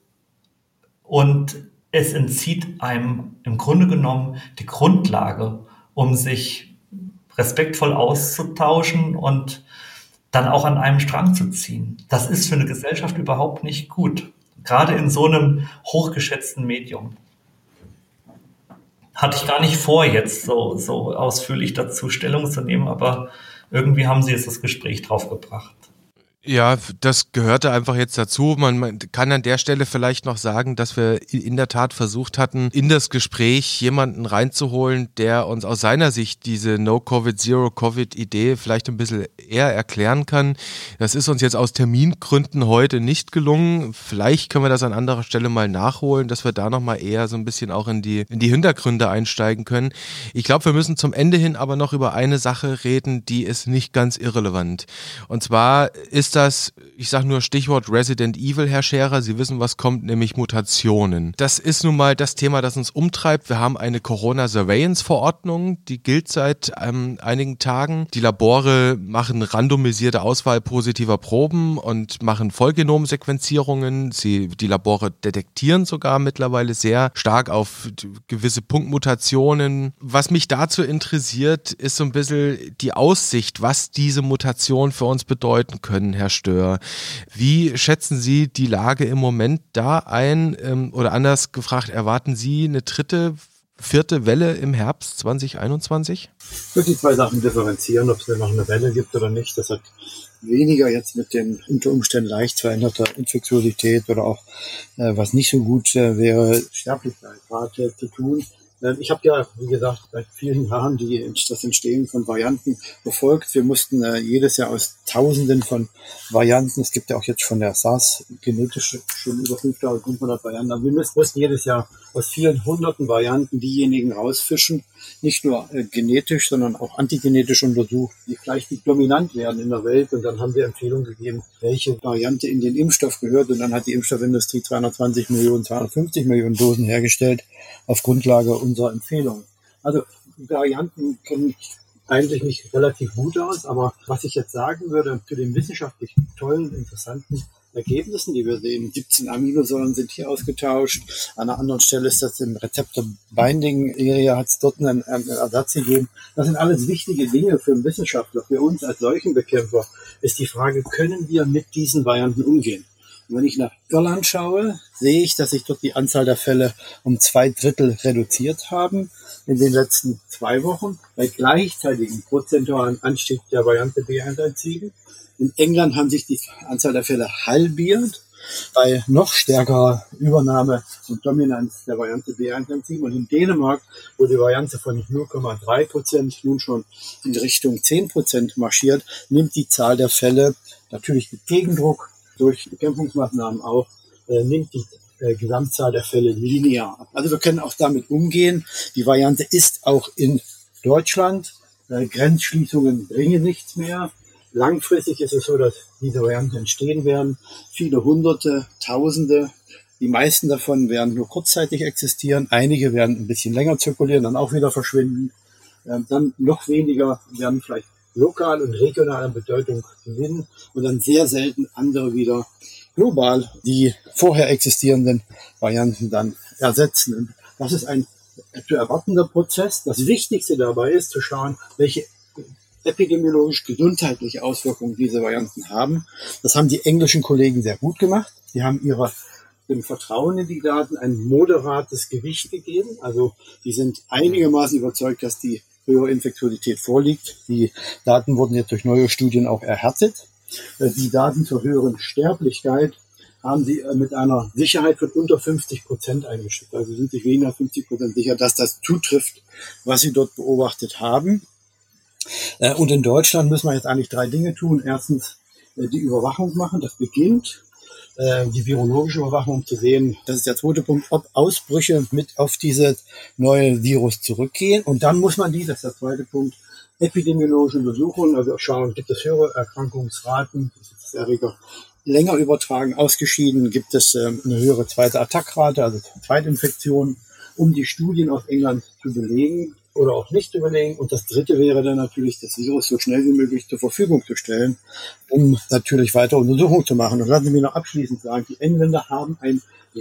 Speaker 3: Und es entzieht einem im Grunde genommen die Grundlage, um sich respektvoll auszutauschen und dann auch an einem Strang zu ziehen. Das ist für eine Gesellschaft überhaupt nicht gut. Gerade in so einem hochgeschätzten Medium. Hatte ich gar nicht vor, jetzt so, so ausführlich dazu Stellung zu nehmen, aber irgendwie haben Sie jetzt das Gespräch drauf gebracht.
Speaker 2: Ja, das gehörte einfach jetzt dazu. Man, man kann an der Stelle vielleicht noch sagen, dass wir in der Tat versucht hatten, in das Gespräch jemanden reinzuholen, der uns aus seiner Sicht diese No-Covid, Zero-Covid-Idee vielleicht ein bisschen eher erklären kann. Das ist uns jetzt aus Termingründen heute nicht gelungen. Vielleicht können wir das an anderer Stelle mal nachholen, dass wir da nochmal eher so ein bisschen auch in die, in die Hintergründe einsteigen können. Ich glaube, wir müssen zum Ende hin aber noch über eine Sache reden, die ist nicht ganz irrelevant. Und zwar ist das, ich sage nur Stichwort Resident Evil, Herr Scherer, Sie wissen, was kommt, nämlich Mutationen. Das ist nun mal das Thema, das uns umtreibt. Wir haben eine Corona-Surveillance-Verordnung, die gilt seit ähm, einigen Tagen. Die Labore machen randomisierte Auswahl positiver Proben und machen Vollgenomsequenzierungen. Sie, die Labore detektieren sogar mittlerweile sehr stark auf gewisse Punktmutationen. Was mich dazu interessiert, ist so ein bisschen die Aussicht, was diese Mutationen für uns bedeuten können, Herr Stör. Wie schätzen Sie die Lage im Moment da ein? Ähm, oder anders gefragt, erwarten Sie eine dritte, vierte Welle im Herbst zwanzig einundzwanzig?
Speaker 4: Ich würde die zwei Sachen differenzieren, ob es noch eine Welle gibt oder nicht. Das hat weniger jetzt mit den unter Umständen leicht veränderter Infektiosität oder auch, äh, was nicht so gut äh, wäre, Sterblichkeit zu tun, Ich habe ja, wie gesagt, seit vielen Jahren die, das Entstehen von Varianten verfolgt. Wir mussten äh, jedes Jahr aus Tausenden von Varianten, es gibt ja auch jetzt von der SARS genetisch schon über fünftausendfünfhundert Varianten, aber wir mussten jedes Jahr aus vielen hunderten Varianten diejenigen rausfischen, nicht nur äh, genetisch, sondern auch antigenetisch untersucht, die vielleicht nicht dominant werden in der Welt. Und dann haben wir Empfehlungen gegeben, welche Variante in den Impfstoff gehört. Und dann hat die Impfstoffindustrie zweihundertzwanzig Millionen, zweihundertfünfzig Millionen Dosen hergestellt auf Grundlage unserer Empfehlungen. Also die Varianten kennen eigentlich nicht relativ gut aus, aber was ich jetzt sagen würde zu den wissenschaftlich tollen, interessanten Ergebnissen, die wir sehen, siebzehn Aminosäuren sind hier ausgetauscht, an einer anderen Stelle ist das im Rezeptor Binding Area, hat es dort einen, einen Ersatz gegeben. Das sind alles wichtige Dinge für einen Wissenschaftler. Für uns als Seuchenbekämpfer ist die Frage, können wir mit diesen Varianten umgehen? Und wenn ich nach Irland schaue, sehe ich, dass sich dort die Anzahl der Fälle um zwei Drittel reduziert haben in den letzten zwei Wochen, bei gleichzeitigem prozentualen Anstieg der Variante B eins eins sieben. In England haben sich die Anzahl der Fälle halbiert, bei noch stärkerer Übernahme und Dominanz der Variante B eins eins sieben. Und in Dänemark, wo die Variante von null Komma drei Prozent nun schon in Richtung zehn Prozent marschiert, nimmt die Zahl der Fälle, natürlich mit Gegendruck, durch Bekämpfungsmaßnahmen auch, äh, nimmt die äh, Gesamtzahl der Fälle linear ab. Also wir können auch damit umgehen. Die Variante ist auch in Deutschland. Äh, Grenzschließungen bringen nichts mehr. Langfristig ist es so, dass diese Varianten entstehen werden. Viele Hunderte, Tausende. Die meisten davon werden nur kurzzeitig existieren. Einige werden ein bisschen länger zirkulieren, dann auch wieder verschwinden. Äh, dann noch weniger werden vielleicht lokal und regional an Bedeutung gewinnen und dann sehr selten andere wieder global die vorher existierenden Varianten dann ersetzen. Und das ist ein zu erwartender Prozess. Das Wichtigste dabei ist zu schauen, welche epidemiologisch gesundheitliche Auswirkungen diese Varianten haben. Das haben die englischen Kollegen sehr gut gemacht. Die haben ihre dem Vertrauen in die Daten ein moderates Gewicht gegeben. Also die sind einigermaßen überzeugt, dass die höhere Infektiosität vorliegt. Die Daten wurden jetzt durch neue Studien auch erhärtet. Die Daten zur höheren Sterblichkeit haben sie mit einer Sicherheit von unter fünfzig Prozent eingeschätzt. Also sind sich weniger als fünfzig Prozent sicher, dass das zutrifft, was sie dort beobachtet haben. Und in Deutschland müssen wir jetzt eigentlich drei Dinge tun. Erstens die Überwachung machen. Das beginnt die virologische Überwachung, um zu sehen, das ist der zweite Punkt, ob Ausbrüche mit auf dieses neue Virus zurückgehen. Und dann muss man die, das ist der zweite Punkt, epidemiologische Untersuchungen, also schauen, gibt es höhere Erkrankungsraten, ist das Erreger länger übertragen, ausgeschieden, gibt es ähm, eine höhere zweite Attackrate, also Zweitinfektion, um die Studien aus England zu belegen oder auch nicht zu belegen. Und das dritte wäre dann natürlich, das Virus so schnell wie möglich zur Verfügung zu stellen, um natürlich weitere Untersuchungen zu machen. Und lassen Sie mich noch abschließend sagen, die Engländer haben ein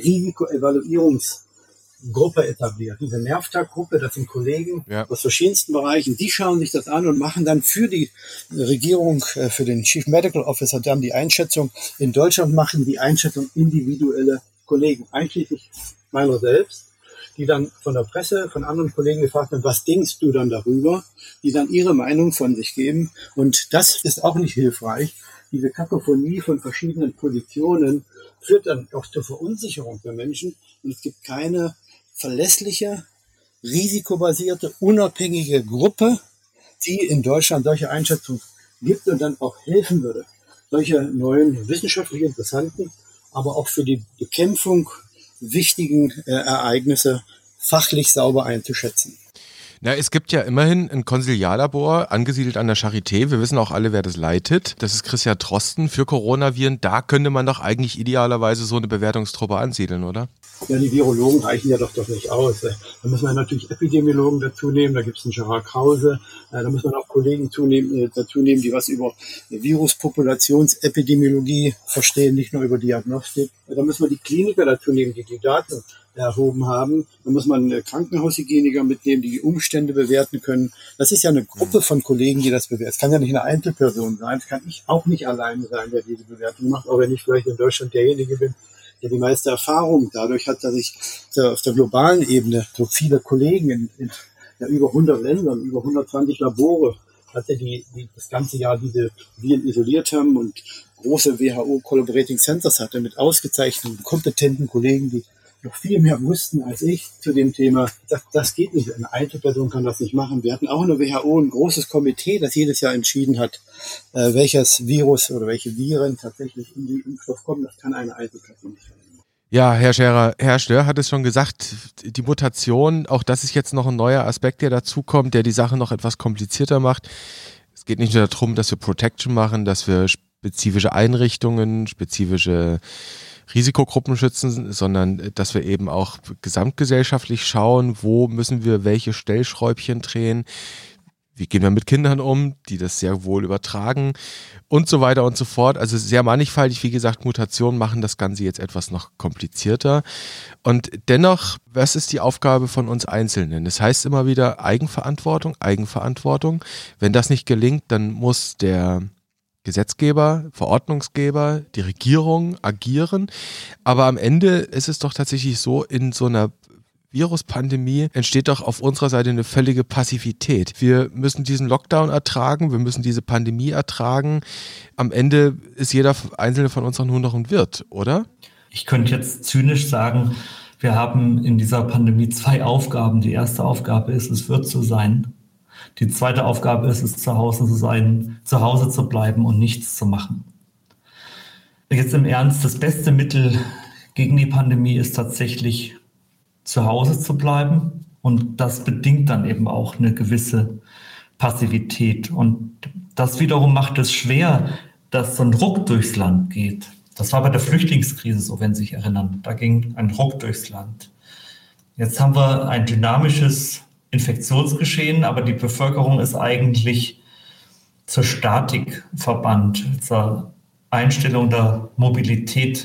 Speaker 4: Risikoevaluierungsgruppe etabliert. Diese NERVTAG-Gruppe, das sind Kollegen ja. aus verschiedensten Bereichen, die schauen sich das an und machen dann für die Regierung, für den Chief Medical Officer dann die Einschätzung. In Deutschland machen die Einschätzung individuelle Kollegen, einschließlich meiner selbst, die dann von der Presse, von anderen Kollegen gefragt werden, was denkst du dann darüber, die dann ihre Meinung von sich geben. Und das ist auch nicht hilfreich. Diese Kakophonie von verschiedenen Positionen führt dann auch zur Verunsicherung der Menschen. Und es gibt keine verlässliche, risikobasierte, unabhängige Gruppe, die in Deutschland solche Einschätzungen gibt und dann auch helfen würde, solche neuen wissenschaftlich interessanten, aber auch für die Bekämpfung wichtigen äh, Ereignisse fachlich sauber einzuschätzen.
Speaker 2: Na, es gibt ja immerhin ein Konsiliarlabor, angesiedelt an der Charité. Wir wissen auch alle, wer das leitet. Das ist Christian Drosten für Coronaviren. Da könnte man doch eigentlich idealerweise so eine Bewertungstruppe ansiedeln, oder?
Speaker 4: Ja, die Virologen reichen ja doch doch nicht aus. Da muss man natürlich Epidemiologen dazu nehmen. Da gibt es einen Gerard Krause. Da muss man auch Kollegen zunehmen, dazu nehmen, die was über Viruspopulationsepidemiologie verstehen, nicht nur über Diagnostik. Da muss man die Kliniker dazu nehmen, die die Daten erhoben haben. Da muss man Krankenhaushygieniker mitnehmen, die die Umstände bewerten können. Das ist ja eine Gruppe von Kollegen, die das bewerten. Es kann ja nicht eine Einzelperson sein. Es kann ich auch nicht alleine sein, der diese Bewertung macht, auch wenn ich vielleicht in Deutschland derjenige bin, der die meiste Erfahrung dadurch hat, dass ich auf der globalen Ebene so viele Kollegen in, in ja, über hundert Ländern, über hundertzwanzig Labore hatte, die, die das ganze Jahr diese Viren isoliert haben und große W H O Collaborating Centers hatte mit ausgezeichneten, kompetenten Kollegen, die noch viel mehr wussten als ich zu dem Thema. Das, das geht nicht. Eine Einzelperson kann das nicht machen. Wir hatten auch in der W H O ein großes Komitee, das jedes Jahr entschieden hat, äh, welches Virus oder welche Viren tatsächlich in die Impfstoff kommen. Das kann eine Einzelperson nicht.
Speaker 2: Ja, Herr Scherer, Herr Stör hat es schon gesagt, die Mutation, auch das ist jetzt noch ein neuer Aspekt, der dazukommt, der die Sache noch etwas komplizierter macht. Es geht nicht nur darum, dass wir Protection machen, dass wir spezifische Einrichtungen, spezifische Risikogruppen schützen, sondern dass wir eben auch gesamtgesellschaftlich schauen, wo müssen wir welche Stellschräubchen drehen, wie gehen wir mit Kindern um, die das sehr wohl übertragen und so weiter und so fort. Also sehr mannigfaltig, wie gesagt, Mutationen machen das Ganze jetzt etwas noch komplizierter. Und dennoch, was ist die Aufgabe von uns Einzelnen? Das heißt immer wieder Eigenverantwortung, Eigenverantwortung. Wenn das nicht gelingt, dann muss der Gesetzgeber, Verordnungsgeber, die Regierung agieren. Aber am Ende ist es doch tatsächlich so, in so einer Viruspandemie entsteht doch auf unserer Seite eine völlige Passivität. Wir müssen diesen Lockdown ertragen, wir müssen diese Pandemie ertragen. Am Ende ist jeder Einzelne von uns nur noch ein Wirt, oder?
Speaker 3: Ich könnte jetzt zynisch sagen, wir haben in dieser Pandemie zwei Aufgaben. Die erste Aufgabe ist, es Wirt zu sein. Die zweite Aufgabe ist es, zu Hause zu sein, zu Hause zu bleiben und nichts zu machen. Jetzt im Ernst, das beste Mittel gegen die Pandemie ist tatsächlich, zu Hause zu bleiben. Und das bedingt dann eben auch eine gewisse Passivität. Und das wiederum macht es schwer, dass so ein Ruck durchs Land geht. Das war bei der Flüchtlingskrise so, wenn Sie sich erinnern. Da ging ein Ruck durchs Land. Jetzt haben wir ein dynamisches Infektionsgeschehen, aber die Bevölkerung ist eigentlich zur Statik verbannt, zur Einstellung der Mobilität.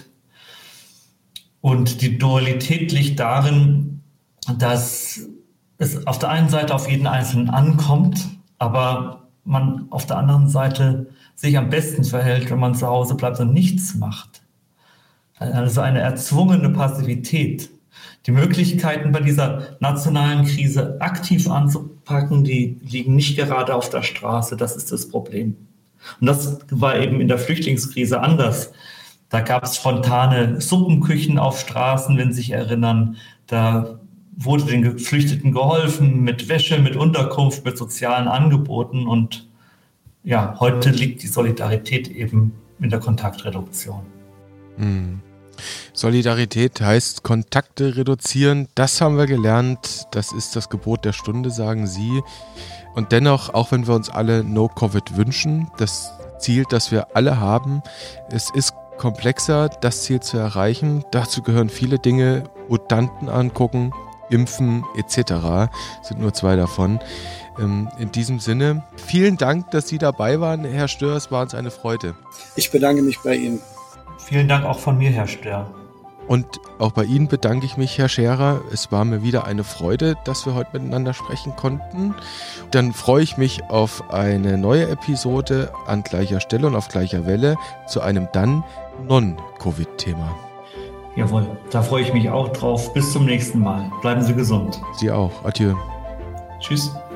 Speaker 3: Und die Dualität liegt darin, dass es auf der einen Seite auf jeden Einzelnen ankommt, aber man auf der anderen Seite sich am besten verhält, wenn man zu Hause bleibt und nichts macht. Also eine erzwungene Passivität. Die Möglichkeiten bei dieser nationalen Krise aktiv anzupacken, die liegen nicht gerade auf der Straße. Das ist das Problem. Und das war eben in der Flüchtlingskrise anders. Da gab es spontane Suppenküchen auf Straßen, wenn Sie sich erinnern. Da wurde den Geflüchteten geholfen mit Wäsche, mit Unterkunft, mit sozialen Angeboten. Und ja, heute liegt die Solidarität eben in der Kontaktreduktion.
Speaker 2: Hm. Solidarität heißt Kontakte reduzieren. Das haben wir gelernt. Das ist das Gebot der Stunde, sagen Sie. Und dennoch, auch wenn wir uns alle No-Covid wünschen, das Ziel, das wir alle haben, es ist komplexer, das Ziel zu erreichen. Dazu gehören viele Dinge, Mutanten angucken, Impfen et cetera. Sind nur zwei davon. In diesem Sinne, vielen Dank, dass Sie dabei waren, Herr Stör. Es war uns eine Freude.
Speaker 4: Ich bedanke mich bei Ihnen.
Speaker 3: Vielen Dank auch von mir, Herr Stör.
Speaker 2: Und auch bei Ihnen bedanke ich mich, Herr Scherer. Es war mir wieder eine Freude, dass wir heute miteinander sprechen konnten. Dann freue ich mich auf eine neue Episode an gleicher Stelle und auf gleicher Welle zu einem dann Non-Covid-Thema.
Speaker 3: Jawohl, da freue ich mich auch drauf. Bis zum nächsten Mal. Bleiben Sie gesund.
Speaker 2: Sie auch. Adieu.
Speaker 3: Tschüss.